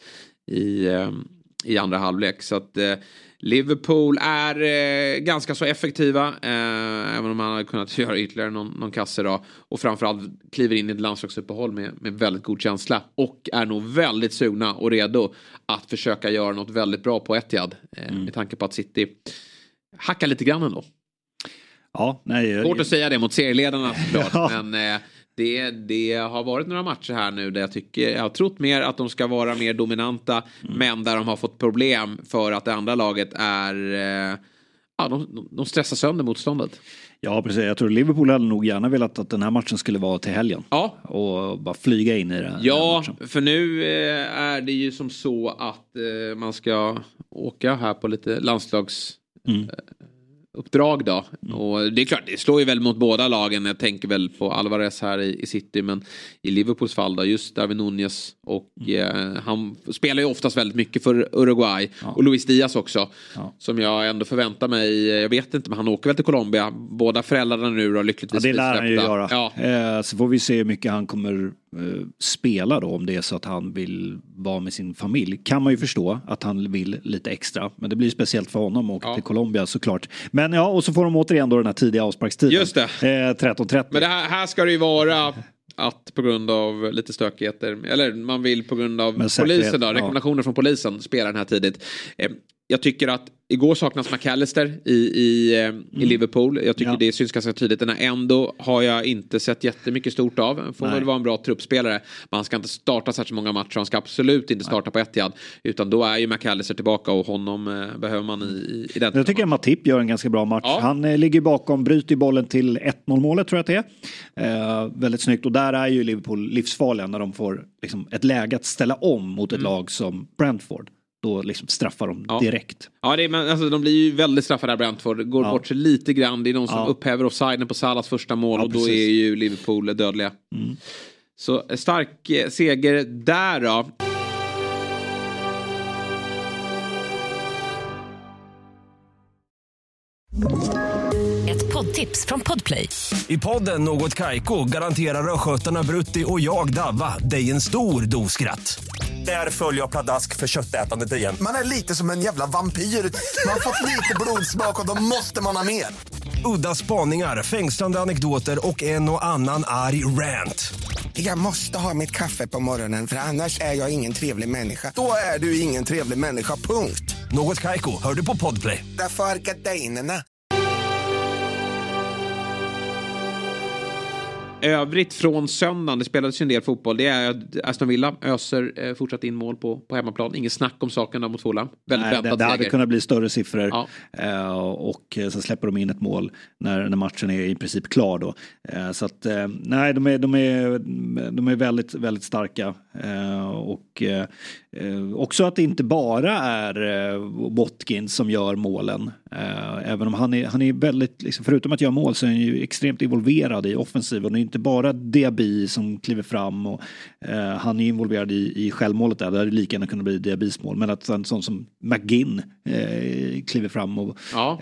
i andra halvlek. Så att Liverpool är ganska så effektiva även om man hade kunnat göra ytterligare någon kasse då, och framförallt kliver in i ett landslagsuppehåll med väldigt god känsla och är nog väldigt sugna och redo att försöka göra något väldigt bra på Etihad med tanke på att City hackar lite grann ändå. Ja, nej, svårt att säga det mot serieledarna såklart, men det har varit några matcher här nu där jag har trott mer att de ska vara mer dominanta, men där de har fått problem för att det andra laget är de stressar sönder motståndet. Ja, precis. Jag tror Liverpool hade nog gärna velat att den här matchen skulle vara till helgen. Ja. Och bara flyga in i det. Ja, för nu är det ju som så att man ska åka här på lite landslags uppdrag då. Och det är klart, det slår ju väl mot båda lagen. Jag tänker väl på Alvarez här i City, men i Liverpools fall då, just Darwin Nunez och han spelar ju oftast väldigt mycket för Uruguay och Luis Diaz också, som jag ändå förväntar mig, jag vet inte, men han åker väl till Colombia, båda föräldrarna nu då lyckligtvis. Det lär han ju göra. Så får vi se hur mycket han kommer spela då, om det är så att han vill vara med sin familj. Kan man ju förstå att han vill lite extra, men det blir speciellt för honom och till Colombia såklart. Men och så får de återigen då den här tidiga avsparkstiden. Just det. 13:30. Men det här ska det ju vara att på grund av lite stökigheter, eller man vill på grund av polisen då, rekommendationer från polisen spela den här tidigt. Jag tycker att igår saknas McAllister i Liverpool. Jag tycker det syns ganska tydligt. Den här ändå har jag inte sett jättemycket stort av. Får väl vara en bra truppspelare. Man ska inte starta särskilt många matcher. Han ska absolut inte starta på Etihad. Utan då är ju McAllister tillbaka och honom behöver man i den. Jag tycker att Matip gör en ganska bra match. Ja. Han ligger bakom, bryter bollen till 1-0 målet tror jag att det är. Väldigt snyggt. Och där är ju Liverpool livsfarliga när de får liksom ett läge att ställa om mot ett lag som Brentford. Då liksom straffar de direkt. Ja, alltså, de blir ju väldigt straffade där, Brentford. Går bort sig lite grann. Det är någon som upphäver offsiden på Salahs första mål. Och då är ju Liverpool dödliga. Så stark seger där då. Ett poddtips från Podplay. I podden Något Kaiko garanterar röskötarna Brutti och jag Davva dig en stor doskratt. Där följer jag pladask för köttätandet igen. Man är lite som en jävla vampyr. Man har fått lite blodsmak och då måste man ha mer. Udda spaningar, fängslande anekdoter och en och annan arg rant. Jag måste ha mitt kaffe på morgonen, för annars är jag ingen trevlig människa. Då är du ingen trevlig människa, punkt. Något Kaiko, hör du på Podplay. Därför är gardinerna. Övrigt från söndagen, det spelades ju en del fotboll. Det är Aston Villa öser fortsatt in mål på hemmaplan. Ingen snack om saken där mot Fulham. Det hade kunnat bli större siffror. Och sen släpper de in ett mål när matchen är i princip klar då. Så att nej, de är väldigt, väldigt starka. Och också att det inte bara är Watkins som gör målen. Även om han är väldigt, liksom, förutom att göra mål så är han ju extremt involverad i offensiv. Och inte bara Diaby som kliver fram och han är involverad i självmålet där det lika gärna kunde bli Diabys mål, men att en sån som McGinn kliver fram och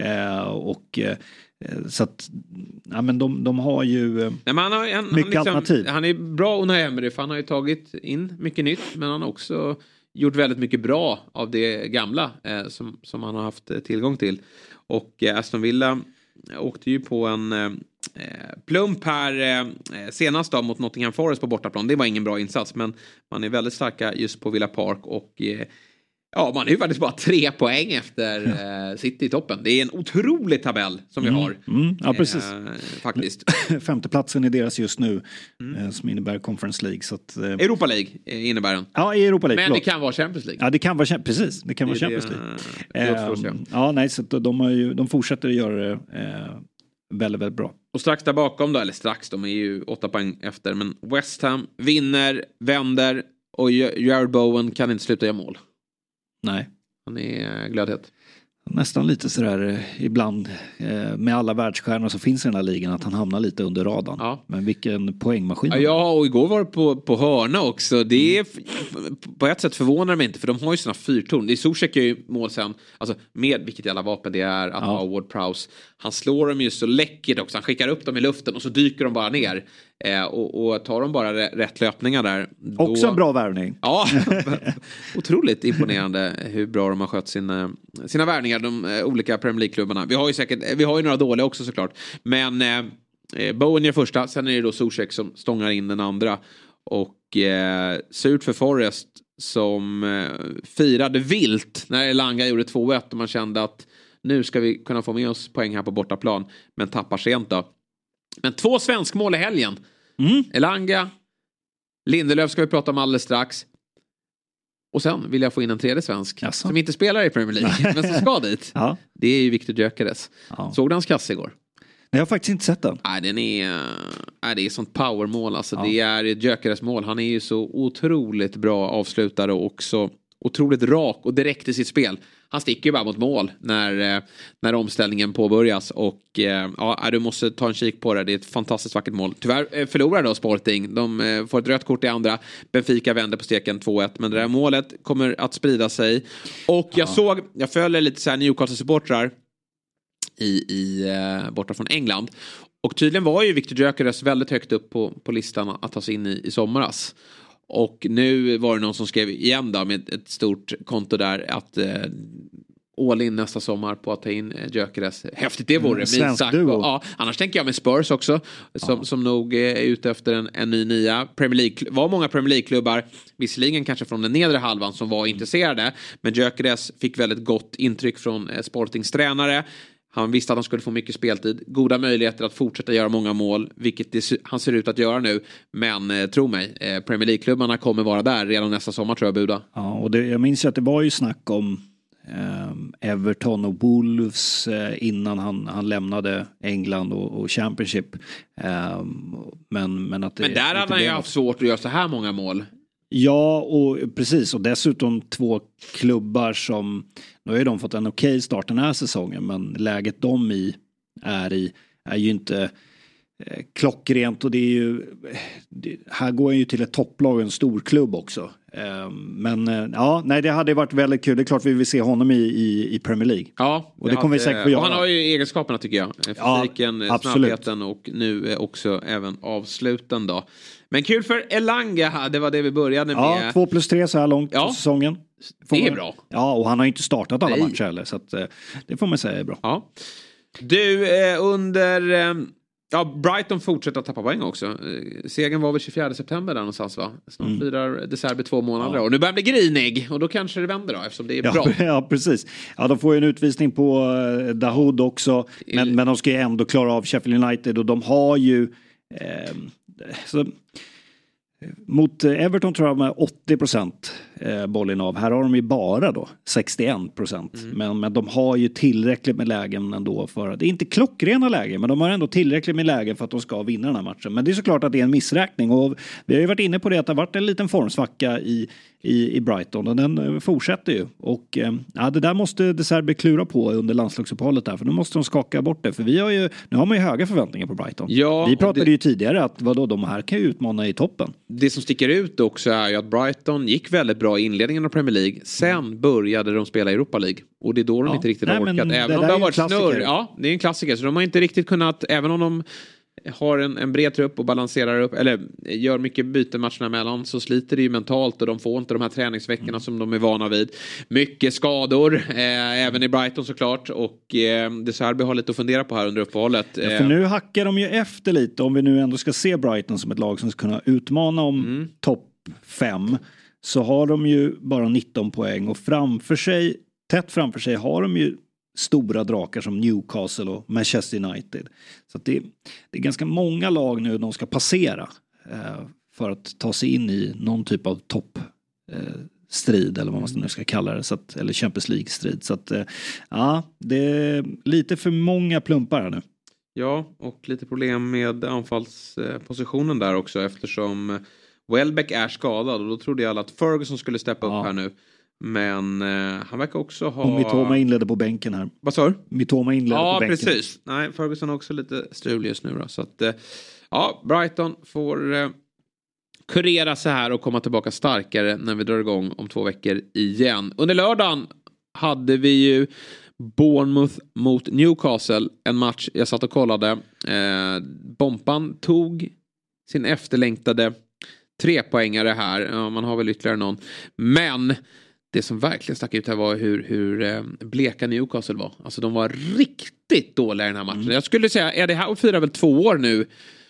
så att men de har ju mycket alternativ. Han är bra, Unai Emery, för han har ju tagit in mycket nytt, men han har också gjort väldigt mycket bra av det gamla som han har haft tillgång till. Och Aston Villa åkte ju på en plump här senast då mot Nottingham Forest på bortaplan. Det var ingen bra insats, men man är väldigt starka just på Villa Park och man är ju faktiskt bara 3 poäng efter City i toppen. Det är en otrolig tabell som vi har. Ja, precis. Faktiskt. 5:e platsen är deras just nu som innebär Conference League. Så att, Europa League innebär den. Ja, i Europa League. Men det kan vara Champions League. Ja, det kan vara precis. Det kan vara Champions League. Så de fortsätter att göra det väldigt, väldigt bra. Och strax där bakom då, eller strax, de är ju 8 poäng efter. Men West Ham vinner, vänder och Jared Bowen kan inte sluta göra mål. Nej. Han är glödhet. Nästan lite sådär ibland med alla världsstjärnor så finns i den här ligan att han hamnar lite under radarn. Ja. Men vilken poängmaskin. Ja, och igår var det på hörna också. Det är på ett sätt förvånar mig inte, för de har ju sina fyrtorn. Det är Zuzek ju mål sen, alltså med vilket jävla vapen det är att ha Ward-Prowse. Han slår dem ju så läckert också. Han skickar upp dem i luften och så dyker de bara ner. Och tar de bara rätt löpningar där. Också en bra värvning. Ja, otroligt imponerande hur bra de har skött sina värvningar, de olika Premier League-klubbarna. Vi har ju några dåliga också såklart. Men Bowen gör första, sen är det då Zuzek som stångar in den andra. Och surt för Forest som firade vilt när Elanga gjorde 2-1 och man kände att nu ska vi kunna få med oss poäng här på bortaplan, men tappar sent då. Men 2 svensk mål i helgen. Elanga, Lindelöf ska vi prata om alldeles strax. Och sen vill jag få in en 3:e svensk som inte spelar i Premier League men som ska dit. Det är ju Victor Gyökeres. Såg du hans kasse igår? Nej, jag har faktiskt inte sett den. Nej, det är sånt powermål. Alltså, det är Gyökeres mål. Han är ju så otroligt bra avslutare och också otroligt rak och direkt i sitt spel. Han sticker ju bara mot mål när omställningen påbörjas. Och du måste ta en kik på det. Det är ett fantastiskt vackert mål. Tyvärr förlorar då Sporting. De får ett rött kort i andra. Benfica vänder på steken 2-1. Men det där målet kommer att sprida sig. Och jag följer lite så här Newcastle-supportrar borta från England. Och tydligen var ju Victor Gyökeres väldigt högt upp på listan att ta sig in i sommaras. Och nu var det någon som skrev igen då med ett stort konto där att all in nästa sommar på att ta in Gyökeres. Häftigt det vore. Annars tänker jag med Spurs också som nog är ute efter en ny nia. Premier League, var många Premier League-klubbar visserligen kanske från den nedre halvan som var intresserade, men Gyökeres fick väldigt gott intryck från Sportings tränare. Han visste att han skulle få mycket speltid. Goda möjligheter att fortsätta göra många mål. Vilket han ser ut att göra nu. Men tro mig, Premier League-klubbarna kommer vara där redan nästa sommar tror jag, Buda. Ja, och jag minns ju att det var ju snack om Everton och Wolves innan han lämnade England och Championship. Men där hade han ju haft svårt att göra så här många mål. Ja, och precis. Och dessutom 2 klubbar som... Nu har ju de fått en okej start den här säsongen, men läget de är ju inte klockrent. Och det är ju... här går han ju till ett topplag och en stor klubb också. Det hade varit väldigt kul. Det är klart vi vill se honom i Premier League. Ja, och det kommer vi säkert få göra. Och han har ju egenskaperna tycker jag. Fysiken, snabbheten och nu också även avsluten då. Men kul för Elanga, det var det vi började med. 2+3 så här långt på säsongen. Det är bra. Ja, och han har inte startat alla matcher heller, så att, det får man säga är bra. Ja. Du, Brighton fortsätter att tappa poäng också. Segern var väl 24 september där någonstans va? Snart firar De Zerbi 2 månader. Och nu börjar bli grinig. Och då kanske det vänder då, eftersom det är bra. Ja, precis. Ja, de får ju en utvisning på Dahoud också. Men de ska ju ändå klara av Sheffield United. Och de har ju... mot Everton tror jag med 80% bollen av. Här har de ju bara då 61%. Men de har ju tillräckligt med lägen ändå för att, det är inte klockrena lägen, men de har ändå tillräckligt med lägen för att de ska vinna den här matchen. Men det är såklart att det är en missräkning, och vi har ju varit inne på det att det har varit en liten formsvacka i Brighton, och den fortsätter ju. Och det där måste De Zerbi klura på under landslagsuppehållet där, för nu måste de skaka bort det. För nu har man ju höga förväntningar på Brighton. Ja, vi pratade ju tidigare att de här kan ju utmana i toppen. Det som sticker ut också är ju att Brighton gick väldigt bra i inledningen av Premier League. Sen började de spela i Europa League. Och det är då de inte riktigt har orkat. Även om det har varit snurr. Ja, det är en klassiker. Så de har inte riktigt kunnat, även om de har en bred trupp och balanserar upp, eller gör mycket byten matcherna emellan, så sliter det ju mentalt, och de får inte de här träningsveckorna som de är vana vid. Mycket skador, även i Brighton såklart, och De Zerbi har lite att fundera på här under uppehållet. Ja, för nu hackar de ju efter lite, om vi nu ändå ska se Brighton som ett lag som ska kunna utmana om topp 5, så har de ju bara 19 poäng, och tätt framför sig har de ju stora drakar som Newcastle och Manchester United. Så att det är ganska många lag nu de ska passera för att ta sig in i någon typ av toppstrid, eller vad man nu ska kalla det, eller Champions League-strid. Så att det är lite för många plumpar här nu. Ja, och lite problem med anfallspositionen där också, eftersom Welbeck är skadad, och då trodde jag alla att Ferguson skulle steppa upp här nu. Men han verkar också ha... Och Mitoma inledde på bänken här. Vad sa du? Mitoma inledde på bänken. Ja, precis. Nej, Ferguson har också lite strul just nu då. Så att, Brighton får kurera sig här och komma tillbaka starkare när vi drar igång om 2 veckor igen. Under lördagen hade vi ju Bournemouth mot Newcastle. En match jag satt och kollade. Bompan tog sin efterlängtade 3-poängare här. Ja, man har väl ytterligare någon. Men det som verkligen stack ut här var hur bleka Newcastle var. Alltså de var riktigt dåliga i den här matchen. Jag skulle säga, är det här och firar väl 2 år nu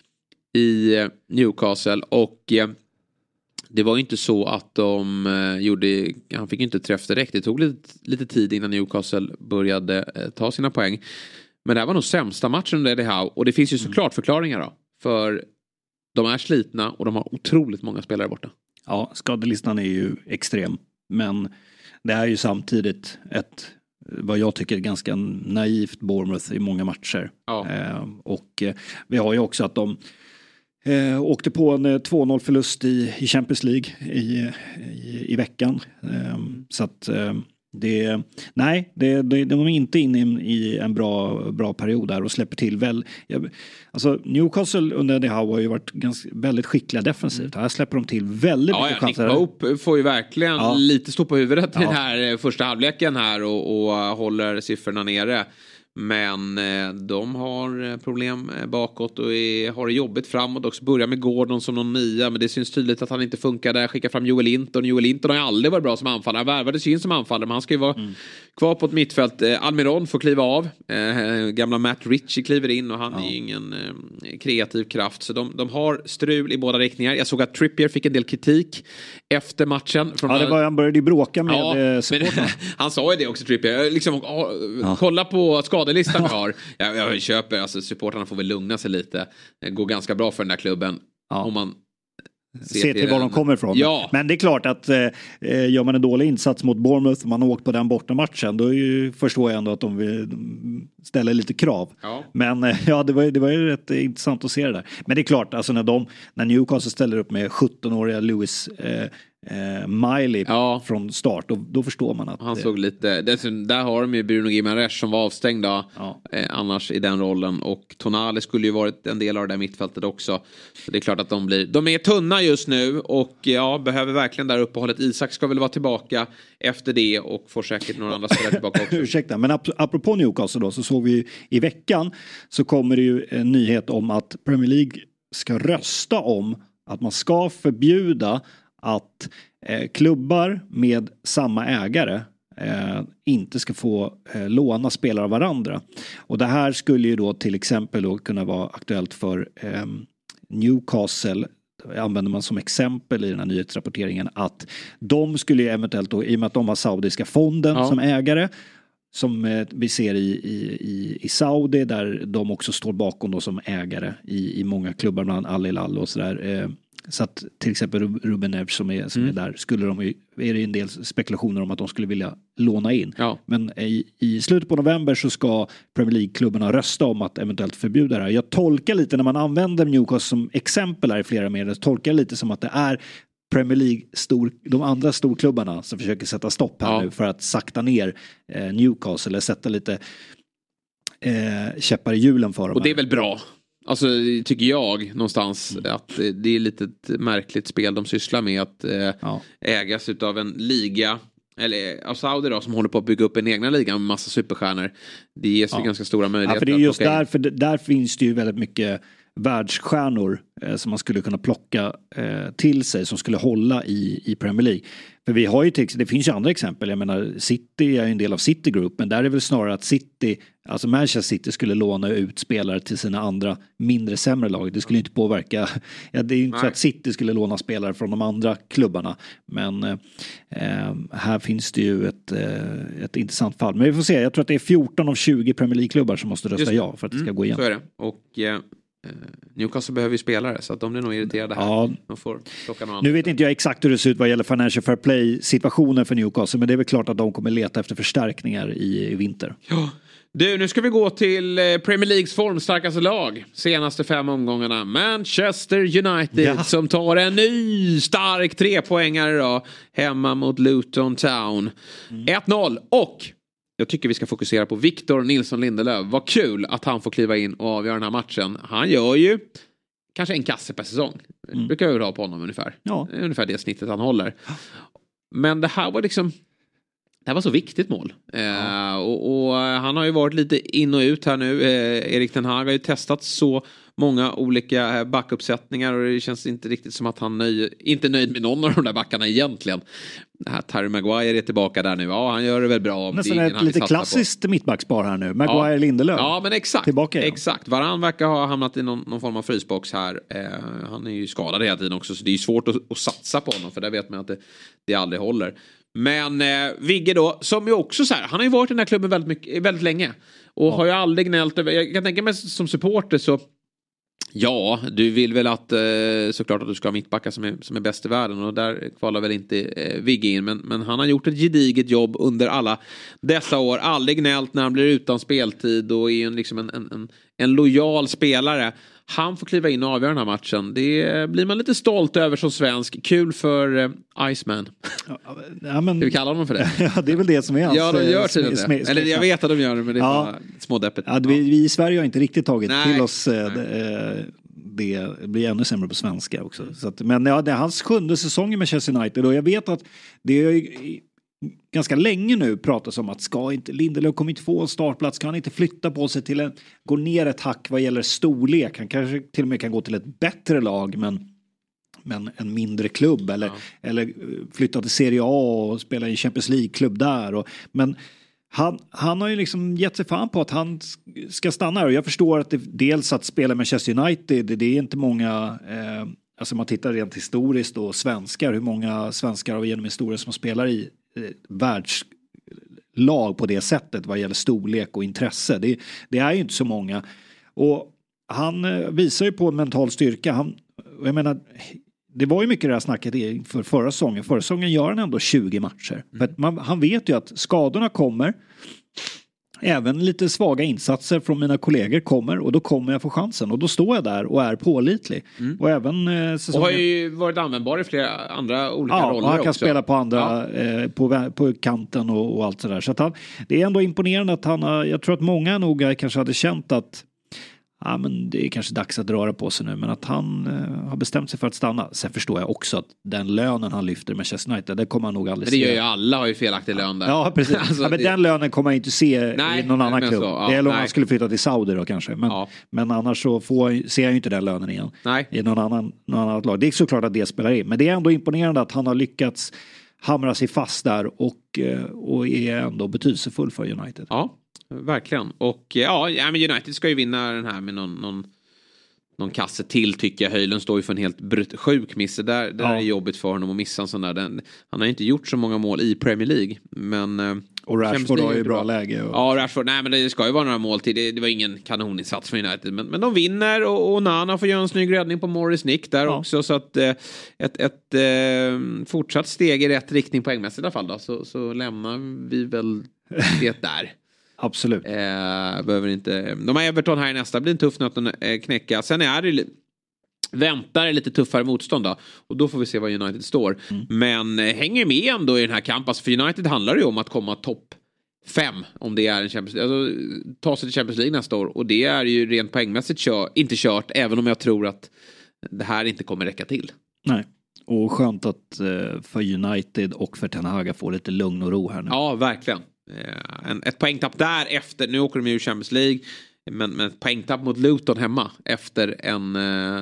i Newcastle, och det var ju inte så att han fick inte träff direkt. Det tog lite tid innan Newcastle började ta sina poäng. Men det här var nog sämsta matchen under Eddie Howe, och det finns ju såklart förklaringar då. För de är slitna och de har otroligt många spelare borta. Ja, skadelistan är ju extrem. Men det är ju samtidigt vad jag tycker, ganska naivt Bournemouth i många matcher. Ja. Och vi har ju också att de åkte på en 2-0-förlust i Champions League i veckan. Så att de är inte inne i en bra period där och släpper till väl. Alltså Newcastle under Eddie Howe har ju varit väldigt skickliga defensivt. Här släpper de till väldigt mycket chanser. Nick Pope får ju verkligen lite stå på huvudet i den här första halvleken här och håller siffrorna nere. Men de har problem bakåt och har det jobbigt framåt också. Börjar med Gordon som någon nia, men det syns tydligt att han inte funkar där. Skickar fram Joel Linton. Joel Linton har ju aldrig varit bra som anfallare. Han värvades in som anfallare, men han ska ju vara kvar på ett mittfält. Almiron får kliva av. Gamla Matt Ritchie kliver in, och han är ju ingen kreativ kraft. Så de har strul i båda riktningar. Jag såg att Trippier fick en del kritik efter matchen. Han började ju bråka med supporterna. Han sa ju det också, Trippier. Liksom, kolla på skadelistan vi har. Jag köper, alltså supporterna får väl lugna sig lite. Det går ganska bra för den där klubben. Om man ser till var de kommer ifrån. Ja. Men det är klart att gör man en dålig insats mot Bournemouth, man har åkt på den bortamatchen, då förstår jag ändå att de ställer lite krav. Ja. Men det var ju rätt intressant att se det där. Men det är klart, alltså när Newcastle ställer upp med 17-åriga Lewis Miley från start, då förstår man att han såg lite, där har de ju Bruno Guimaraes som var avstängda annars i den rollen, och Tonali skulle ju varit en del av det där mittfältet också. Så det är klart att de är tunna just nu, och behöver verkligen där uppehållet. Isak ska väl vara tillbaka efter det, och får säkert några andra spelare tillbaka också. Ursäkta, men apropå Newcastle då, så såg vi i veckan, så kommer det ju en nyhet om att Premier League ska rösta om att man ska förbjuda att klubbar med samma ägare inte ska få låna spelare av varandra. Och det här skulle ju då till exempel då kunna vara aktuellt för Newcastle. Använder man som exempel i den här nyhetsrapporteringen att de skulle ju eventuellt då, i och med att de har saudiska fonden som ägare, som vi ser i Saudi, där de också står bakom då som ägare i många klubbar, bland Al Hilal och sådär, Så att till exempel Ruben Neves som är där, skulle är det en del spekulationer om att de skulle vilja låna in. Ja. Men i slutet på november så ska Premier League-klubbarna rösta om att eventuellt förbjuda det här. Jag tolkar lite när man använder Newcastle som exempel här i flera medier, tolkar lite som att det är Premier League, de andra storklubbarna som försöker sätta stopp här nu för att sakta ner Newcastle eller sätta lite käppar i hjulen för dem. Och det är väl bra. Alltså tycker jag någonstans att det är lite ett märkligt spel de sysslar med att ägas utav en liga eller av Saudi då, som håller på att bygga upp en egna liga med massa superstjärnor. Det ges ju ganska stora möjligheter. För det är just därför där finns det ju väldigt mycket världsstjärnor som man skulle kunna plocka till sig som skulle hålla i Premier League. För vi har ju det finns ju andra exempel. Jag menar City är ju en del av City Group, men där är det väl snarare att alltså Manchester City skulle låna ut spelare till sina andra mindre sämre lag. Det skulle inte påverka. Det är ju inte så att City skulle låna spelare från de andra klubbarna, men här finns det ju ett intressant fall. Men vi får se, jag tror att det är 14 av 20 Premier League-klubbar som måste rösta ja för att det ska gå igenom. Så är det. Och Newcastle behöver ju spelare, så att de blir nog irriterade här. De får plocka någon annan. Nu vet inte jag exakt hur det ser ut vad gäller Financial Fair Play-situationen för Newcastle, men det är väl klart att de kommer leta efter förstärkningar i vinter. Ja. Du, nu ska vi gå till Premier Leagues formstarkaste lag senaste 5 omgångarna. Manchester United som tar en ny stark 3-poängare då, hemma mot Luton Town. 1-0 och jag tycker vi ska fokusera på Victor Nilsson Lindelöf. Vad kul att han får kliva in och avgöra den här matchen. Han gör ju kanske en kasse per säsong. Brukar jag ha på honom ungefär. Ja. Ungefär det snittet han håller. Men det här var liksom... Det här var så viktigt mål. Och han har ju varit lite in och ut här nu. Erik Ten Hag har ju testat så många olika backuppsättningar och det känns inte riktigt som att han inte är nöjd med någon av de där backarna egentligen. Terry Maguire är tillbaka där nu. Ja, han gör det väl bra. Nästan ett lite klassiskt mittbackspar här nu. Maguire Lindelöf. Ja, men exakt. Tillbaka, exakt. Varann verkar ha hamnat i någon form av frysbox här. Han är ju skadad hela tiden också, så det är svårt att satsa på honom, för där vet man att det aldrig håller. Men Vigge då, som ju också så här, han har ju varit i den här klubben väldigt länge och har ju aldrig gnällt över. Jag kan tänka mig som supporter så ja, du vill väl att såklart att du ska ha mittbackar som är bäst i världen, och där kvalar väl inte Vigge in, men han har gjort ett gediget jobb under alla dessa år, aldrig gnällt när han blir utan speltid och är liksom en lojal spelare. Han får kliva in och avgöra den här matchen. Det blir man lite stolt över som svensk. Kul för Iceman. Ja, men... Ska vi kalla honom för det? Ja, det är väl det som är hans... Ja, de gör tydligen det. Eller jag vet att de gör det, men det är bara smådeppigt. Ja, vi i Sverige har inte riktigt tagit till oss det blir ännu sämre på svenska också. Så att, men ja, det är hans 7:e säsong i Manchester United och jag vet att det är ganska länge nu pratas om att Lindelöf kommer inte få en startplats, kan han inte flytta på sig till gå ner ett hack vad gäller storlek, han kanske till och med kan gå till ett bättre lag men en mindre klubb eller flytta till Serie A och spela i Champions League-klubb där men han har ju liksom gett sig fan på att han ska stanna, och jag förstår att dels att spela med Manchester United, det är inte många alltså man tittar rent historiskt och svenskar, hur många svenskar har genom historien som spelar i världslag på det sättet vad gäller storlek och intresse. Det är ju inte så många, och han visar ju på en mental styrka. Jag menar, det var ju mycket det här snacket för förra säsongen gör han ändå 20 matcher. För att han vet ju att skadorna kommer, även lite svaga insatser från mina kollegor kommer, och då kommer jag få chansen, och då står jag där och är pålitlig. Och även säsongen... Och har ju varit användbar i flera andra olika roller också. Ja, han kan spela på andra på kanten och allt sådär. Så att det är ändå imponerande att jag tror att många nog kanske hade känt att men det är kanske dags att röra på sig nu, men att han har bestämt sig för att stanna. Sen förstår jag också att den lönen han lyfter med Manchester United, det kommer han nog aldrig se. Det gör ju alla, har ju felaktig lön där. Ja, precis. Alltså, men den lönen kommer jag inte se i någon annan klubb. Det är om han skulle flytta till Saudi då kanske. Men annars så ser jag ju inte den lönen igen. I någon annan lag. Det är såklart att det spelar in. Men det är ändå imponerande att han har lyckats hamra sig fast där och är ändå betydelsefull för United. Ja. Verkligen. Och men United ska ju vinna den här med någon någon kasse till tycker jag. Höjlund står ju för en helt sjuk miss. Det är jobbigt för honom att missa en sån där. Han har inte gjort så många mål i Premier League. Men, och Rashford har ju bra läge. Ja, Rashford. Nej, men det ska ju vara några mål till. Det var ingen kanoninsats för United. Men de vinner och Nana får göra en snygg räddning på Morris Nick där också. Så att ett fortsatt steg i rätt riktning poängmässigt i alla fall då. Så lämnar vi väl det där. Absolut. Behöver inte. De har Everton här i nästa. Blir en tuff nöt att knäcka. Sen är det väntar lite tuffare motstånd då. Och då får vi se var United står. Men hänger med ändå i den här kampen. Alltså för United handlar det ju om att komma topp 5. Om det är en Champions League. Alltså, ta sig till Champions League nästa år. Och det är ju rent poängmässigt inte kört. Även om jag tror att det här inte kommer räcka till. Nej. Och skönt att för United och för Ten Hag får lite lugn och ro här nu. Ja, verkligen. Ett poängtapp där efter. Nu åker de ju i Champions League. Men ett poängtapp mot Luton hemma. Efter en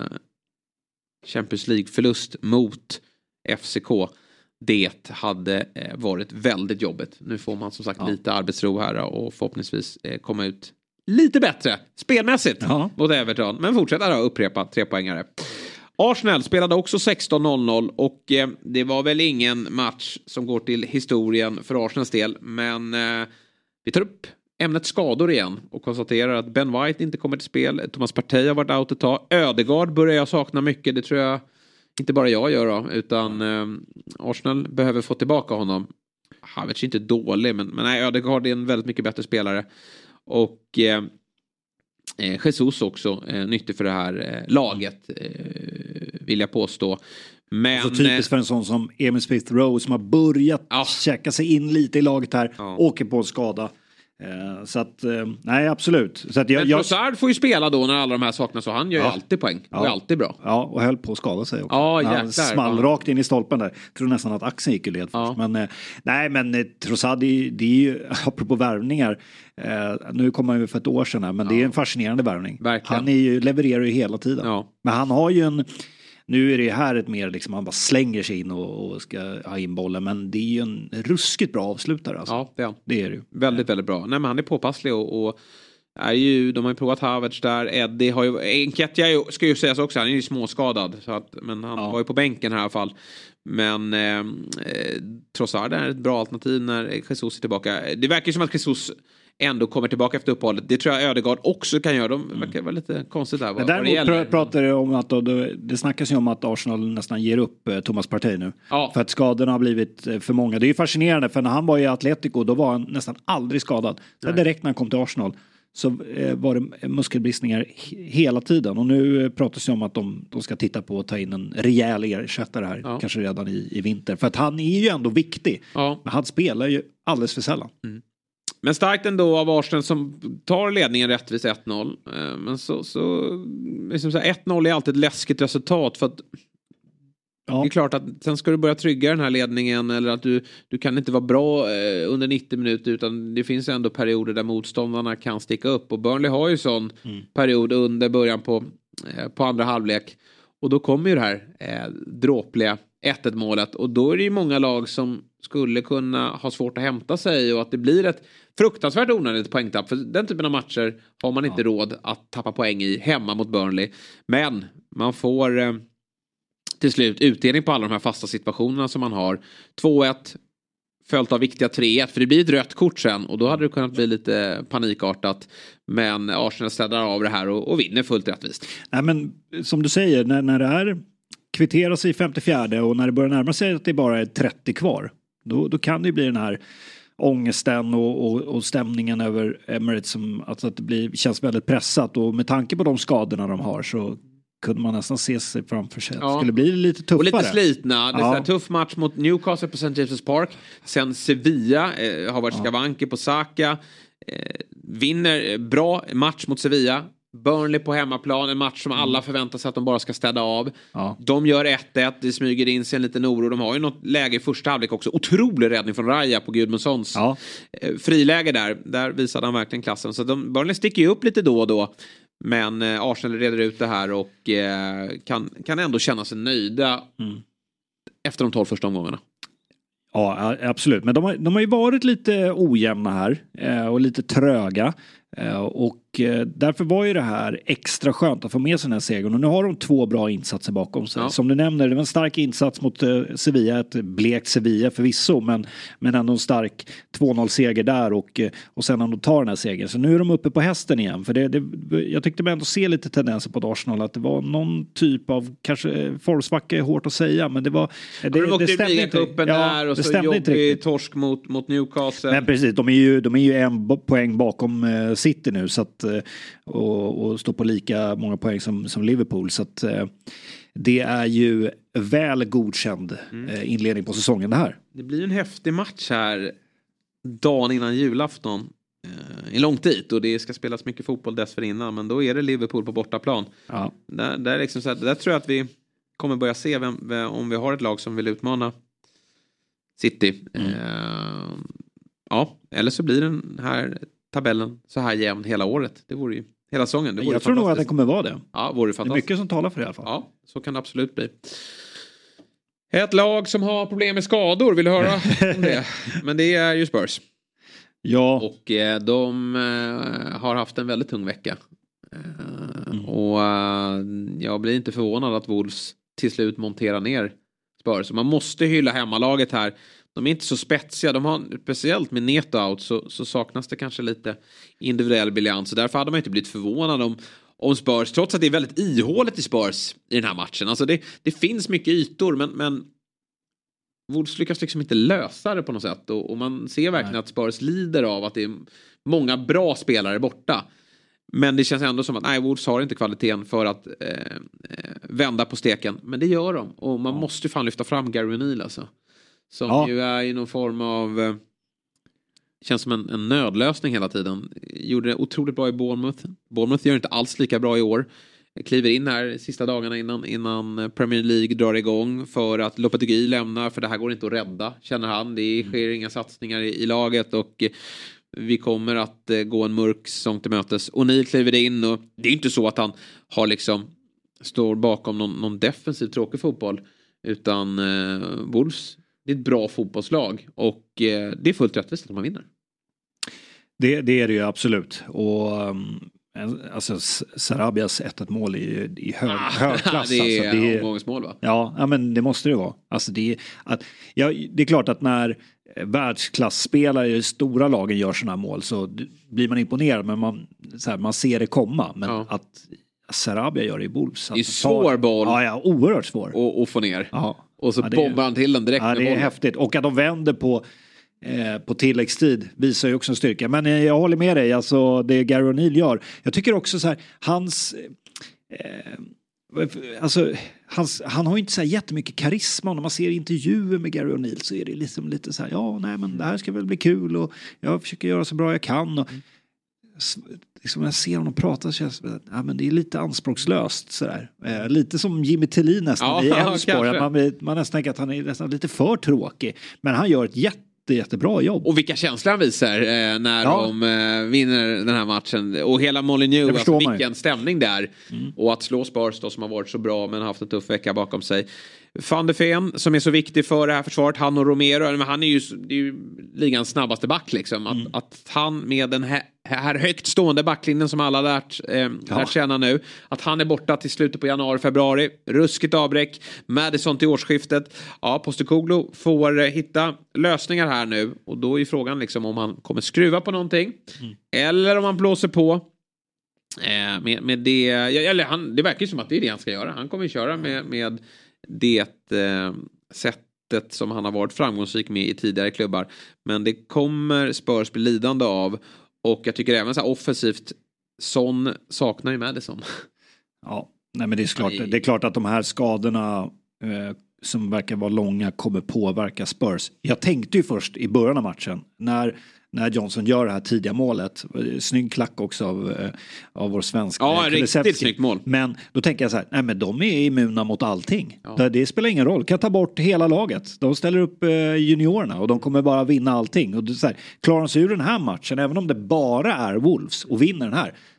Champions League-förlust mot FCK. Det hade varit väldigt jobbigt. Nu får man som sagt lite arbetsro här. Och förhoppningsvis komma ut lite bättre. Spelmässigt mot Everton. Men fortsätta då upprepa 3-poängare. Arsenal spelade också 16-0 och det var väl ingen match som går till historien för Arsenals del. Men vi tar upp ämnet skador igen och konstaterar att Ben White inte kommer till spel. Thomas Partey har varit out ett tag. Ödegaard börjar jag sakna mycket. Det tror jag inte bara jag gör då, utan Arsenal behöver få tillbaka honom. Havertz är inte dålig, men nej, Ödegaard är en väldigt mycket bättre spelare. Och Jesus också nyttig för det här laget, vill jag påstå. Men så typiskt för en sån som Emil Smith Rowe som har börjat checka sig in lite i laget här, åker på en skada. Så att, nej absolut. Så att men Trossard får ju spela då när alla de här saknas, så han gör ju alltid poäng. Och är alltid bra. Ja, och höll på att skada sig också. Han small rakt in i stolpen där. Tror nästan att axeln gick i led först. Men nej, men Trossard, det är ju, apropå värvningar, nu kommer han ju för ett år sedan här, men det är en fascinerande värvning. Verkligen. Han levererar ju hela tiden. Men han har ju nu är det här ett mer liksom, han bara slänger sig in och ska ha in bollen, men det är ju en ruskigt bra avslutare alltså. Ja, det är det ju. Väldigt, väldigt bra. Nej, men han är påpasslig och är ju, de har ju provat Havertz där. Eddie har ju, Enketia ska ju sägas också, han är ju småskadad så att, men han var ju på bänken här i alla fall. Men Trossard är ett bra alternativ när Jesus är tillbaka. Det verkar ju som att Jesus ändå kommer tillbaka efter uppehållet. Det tror jag Ödegaard också kan göra. De verkar vara lite konstigt där. Däremot pratar det om att det snackas ju om att Arsenal nästan ger upp Thomas Partey nu. För att skadorna har blivit för många. Det är ju fascinerande, för när han var i Atletico då var han nästan aldrig skadad. Så direkt när han kom till Arsenal så var det muskelbristningar hela tiden. Och nu pratas det om att de ska titta på att ta in en rejäl ersättare här. Kanske redan i vinter. För att han är ju ändå viktig. Men han spelar ju alldeles för sällan. Men starkt ändå av Arsenal som tar ledningen rättvis 1-0. Men så liksom så 1-0 är alltid ett läskigt resultat, för att det är klart att sen ska du börja trygga den här ledningen, eller att du kan inte vara bra under 90 minuter, utan det finns ändå perioder där motståndarna kan sticka upp, och Burnley har ju sån period under början på andra halvlek, och då kommer ju det här dråpliga 1-1 målet, och då är det ju många lag som skulle kunna ha svårt att hämta sig, och att det blir ett fruktansvärt onödigt poängtapp, för den typen av matcher har man inte råd att tappa poäng i hemma mot Burnley. Men man får till slut utdelning på alla de här fasta situationerna som man har. 2-1 följt av viktiga 3-1, för det blir ett rött kort sen, och då hade det kunnat bli lite panikartat. Men Arsenal städar av det här och vinner fullt rättvist. Nej, men som du säger, när det är kvitteras i 54 och när det börjar närma sig att det bara är 30 kvar, då kan det ju bli den här ångesten och stämningen över Emirates, som alltså att det känns väldigt pressat, och med tanke på de skadorna de har så kunde man nästan se sig framför sig att det skulle bli lite tuffare. Och lite slitna. Det är en tuff match mot Newcastle på St. James' Park. Sen Sevilla har varit skavanker på Saka. Vinner bra match mot Sevilla. Burnley på hemmaplan, en match som alla förväntar sig att de bara ska städa av. De gör 1-1, det smyger in sig en liten oro. De har ju något läge i första halvlek också. Otrolig räddning från Raya på Gudmundssons friläge där visade han verkligen klassen. Så Burnley sticker ju upp lite då och då. Men Arsenal reder ut det här och kan ändå känna sig nöjda efter de 12 första omgångarna. Ja, absolut. Men de har ju varit lite ojämna här och lite tröga. Och därför var ju det här extra skönt att få med sig den här segern. Och nu har de 2 bra insatser bakom sig. Ja. Som du nämner, det var en stark insats mot Sevilla. Ett blekt Sevilla förvisso. Men ändå en stark 2-0-seger där. Och sen ändå tar den här segern. Så nu är de uppe på hästen igen. För jag tyckte man ändå se lite tendenser på Arsenal. Att det var någon typ av, kanske formsvacka är hårt att säga. Men det var... Det stämde inte. Där, och så jobbig torsk mot Newcastle. Men precis, de är ju 1 poäng bakom City nu så att, och står på lika många poäng som Liverpool, så att det är ju väl godkänd inledning på säsongen det här. Det blir en häftig match här dagen innan julafton i långt dit, och det ska spelas mycket fotboll dessförinnan, men då är det Liverpool på bortaplan. Ja. Där, liksom så här, där tror jag att vi kommer börja se om vi har ett lag som vill utmana City. Ja, eller så blir den här tabellen så här jämn hela året. Det vore ju hela säsongen. Det vore jag tror nog att det kommer vara det. Ja, vore fantastiskt. Det är mycket som talar för det i alla fall. Ja, så kan det absolut bli. Ett lag som har problem med skador, vill du höra om det? Men det är ju Spurs. Ja. Och de har haft en väldigt tung vecka. Och jag blir inte förvånad att Wolves till slut monterar ner Spurs. Så man måste hylla hemmalaget här. De är inte så spetsiga. De har, speciellt med Neto out så saknas det kanske lite individuell briljans. Så därför hade man inte blivit förvånad om Spurs. Trots att det är väldigt ihåligt i Spurs i den här matchen. Alltså det finns mycket ytor, men Wolves lyckas liksom inte lösa det på något sätt. Och man ser verkligen att Spurs lider av att det är många bra spelare borta. Men det känns ändå som att Wolves har inte kvaliteten för att vända på steken. Men det gör de. Och man måste ju fan lyfta fram Gary O'Neill alltså. Som ju är i någon form av... Känns som en nödlösning hela tiden. Gjorde det otroligt bra i Bournemouth. Bournemouth gör inte alls lika bra i år. Kliver in här sista dagarna innan Premier League drar igång. För att Lopetegui lämnar. För det här går inte att rädda, känner han. Det sker inga satsningar i laget. Och vi kommer att gå en mörk säsong till mötes. O'Neill kliver in. Och det är inte så att han har liksom... står bakom någon defensiv tråkig fotboll. Utan Wolves... Det är ett bra fotbollslag och det är fullt rättvist att man vinner. Det är det ju absolut. Och alltså Sarabias 1-1 mål i hög klass. Det är alltså, omgångsmål va? Ja, men det måste det vara. Alltså det är klart att när världsklassspelare i stora lagen gör sådana mål så blir man imponerad, men man ser det komma. Men att Sarabia gör det i Wolves. Det är svår boll. Ja, oerhört svår. Att få ner. Ja. Och så bombar han till den direkt med bollen. Ja, det är häftigt. Och att de vänder på tilläggstid visar ju också en styrka. Men jag håller med dig, alltså det Gary O'Neill gör. Jag tycker också så här, han har ju inte så här jättemycket karisma. När man ser intervjuer med Gary O'Neill så är det liksom lite så här, men det här ska väl bli kul och jag försöker göra så bra jag kan. Och liksom jag ser honom prata så känns det, men det är lite anspråkslöst sådär. Lite som Jimmy Tillin nästan i Elfsborg. Man nästan tänker att han är nästan lite för tråkig. Men han gör ett jättebra jobb. Och vilka känslor han visar när de vinner den här matchen. Och hela Molineux, alltså vilken stämning där. Och att slå Spurs då, som har varit så bra men haft en tuff vecka bakom sig. Van de Ven som är så viktig för det här försvaret, han och Romero, men han är ju ligans snabbaste back liksom. Att han med den här högt stående backlinjen som alla lärt känna nu, att han är borta till slutet på januari, februari, ruskigt avbräck, Madison till årsskiftet. Ja, Postecoglou får hitta lösningar här nu, och då är frågan liksom om han kommer skruva på någonting eller om han blåser på med det, eller det verkar ju som att det är det han ska göra. Han kommer ju köra med det sättet som han har varit framgångsrik med i tidigare klubbar. Men det kommer Spurs bli lidande av. Och jag tycker även så här offensivt, Son saknar ju Madison. Ja, nej men det är klart att de här skadorna som verkar vara långa kommer påverka Spurs. Jag tänkte ju först i början av matchen när Johnson gör det här tidiga målet, snygg klack också av vår svensk. Ja, riktigt snyggt mål. Men då tänker jag så här, nej men de är immuna mot allting. Ja. Det spelar ingen roll, kan ta bort hela laget. De ställer upp juniorerna och de kommer bara vinna allting. Och så här, klarar de sig ur den här matchen, även om det bara är Wolves och vinner den här,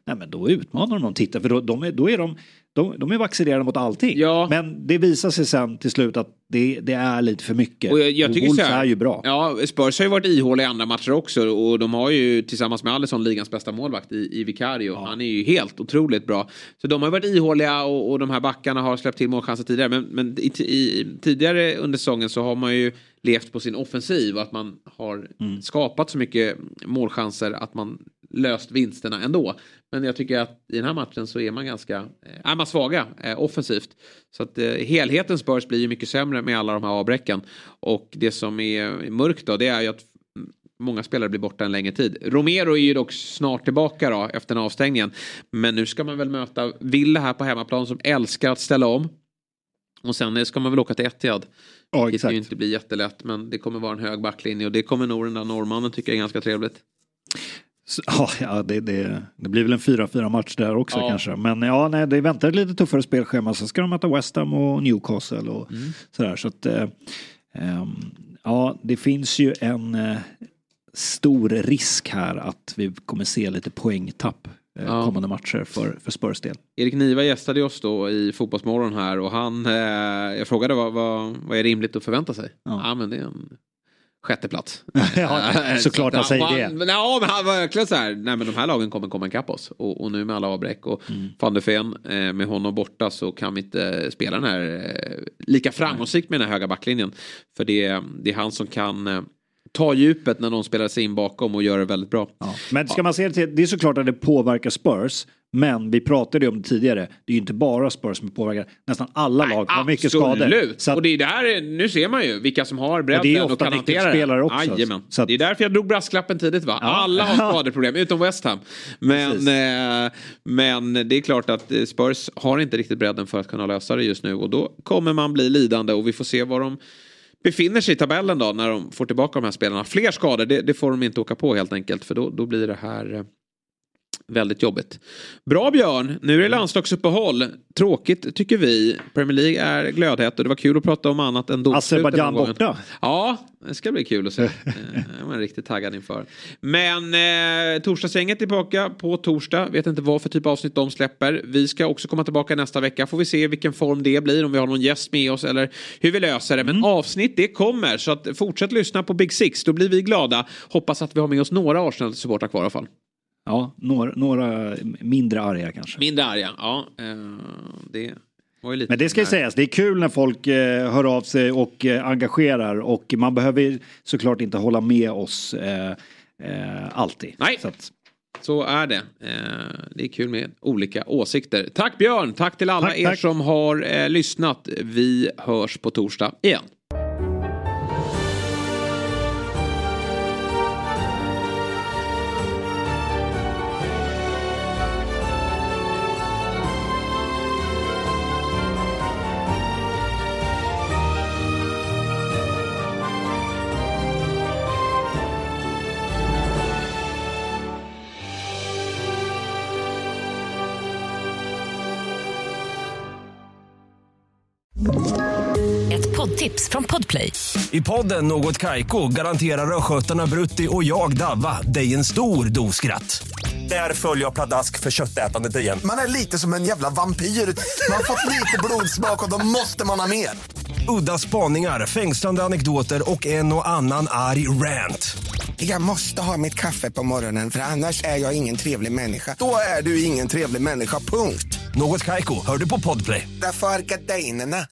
nej men då utmanar de titta, för de är vaccinerade mot allting. Ja. Men det visar sig sen till slut att det är lite för mycket. Och jag tycker Wolves så här, är ju bra. Ja, Spurs har ju varit ihåliga i andra matcher också, och de har ju tillsammans med Alisson ligans bästa målvakt i Vicario. Ja. Han är ju helt otroligt bra. Så de har ju varit ihåliga, och de här backarna har släppt till målchanser tidigare. Men tidigare under säsongen så har man ju levt på sin offensiv, och att man har skapat så mycket målchanser att man löst vinsterna ändå. Men jag tycker att i den här matchen så är man ganska man svaga offensivt. Så att helheten Spurs blir ju mycket sämre med alla de här avbräcken. Och det som är mörkt då, det är ju att många spelare blir borta en längre tid. Romero är ju dock snart tillbaka då efter den avstängningen. Men nu ska man väl möta Villa här på hemmaplan, som älskar att ställa om. Och sen ska man väl åka till Etihad. Ja, det kan ju inte bli jättelätt, men det kommer vara en hög backlinje, och det kommer nog den där norrmannen tycka är ganska trevligt. Ja, det blir väl en 4-4 match där också kanske. Men det väntar ett lite tuffare spelschema. Så ska de möta West Ham och Newcastle och sådär. Så att det finns ju en stor risk här att vi kommer se lite poängtapp kommande matcher för Spurs del. Erik Niva gästade oss då i Fotbollsmorgon här, och jag frågade vad är rimligt att förvänta sig? Ja, men det är en sjätte plats. Såklart han säger det. Men han var verkligen så här, nej men de här lagen kommer komma ikapp oss. Och nu med alla avbräck och Van de Ven med honom borta, så kan vi inte spela den här lika framgångsrikt med den här höga backlinjen. För det är han som kan ta djupet när någon spelar sig in bakom och gör det väldigt bra. Ja. Men ska man se det till, det är såklart att det påverkar Spurs, men vi pratade ju om det tidigare, det är ju inte bara Spurs som påverkar, nästan alla lag har mycket skador. Så att, och det är där, nu ser man ju vilka som har bredden och kan hantera det. Också. Så att, det är därför jag drog brasklappen tidigt, va? Ja. Alla har skadeproblem, utom West Ham. Men det är klart att Spurs har inte riktigt bredden för att kunna lösa det just nu, och då kommer man bli lidande, och vi får se vad de befinner sig i tabellen då när de får tillbaka de här spelarna. Fler skador, det får de inte åka på helt enkelt, för då blir det här väldigt jobbigt. Bra Björn, nu är det landslagsuppehåll. Tråkigt tycker vi. Premier League är glödhet, och det var kul att prata om annat än domslutet. Azerbaijan borta. Ja, det ska bli kul att se. Jag är riktigt taggad inför. Men torsdagsgänget tillbaka på torsdag. Vet inte vad för typ av avsnitt de släpper. Vi ska också komma tillbaka nästa vecka. Får vi se vilken form det blir, om vi har någon gäst med oss eller hur vi löser det. Men avsnitt, det kommer. Så att fortsätt lyssna på Big Six. Då blir vi glada. Hoppas att vi har med oss några Arsenal-supportrar kvar i alla fall. Ja, några mindre arga kanske. Mindre arga, ja. Det var ju lite. Men det ska ju sägas, det är kul när folk hör av sig och engagerar, och man behöver såklart inte hålla med oss alltid. Nej, så är det. Det är kul med olika åsikter. Tack Björn, tack till alla er som har lyssnat. Vi hörs på torsdag igen. Poddtips från Podplay. I podden Något Kaiko garanterar röskötarna Brutti och jag Davva dig en stor doskratt. Där följer jag pladask för köttätandet igen. Man är lite som en jävla vampyr. Man har fått lite blodsmak och då måste man ha mer. Udda spaningar, fängslande anekdoter och en och annan arg rant. Jag måste ha mitt kaffe på morgonen, för annars är jag ingen trevlig människa. Då är du ingen trevlig människa, punkt. Något Kaiko, hör du på Podplay. Därför är gardinerna.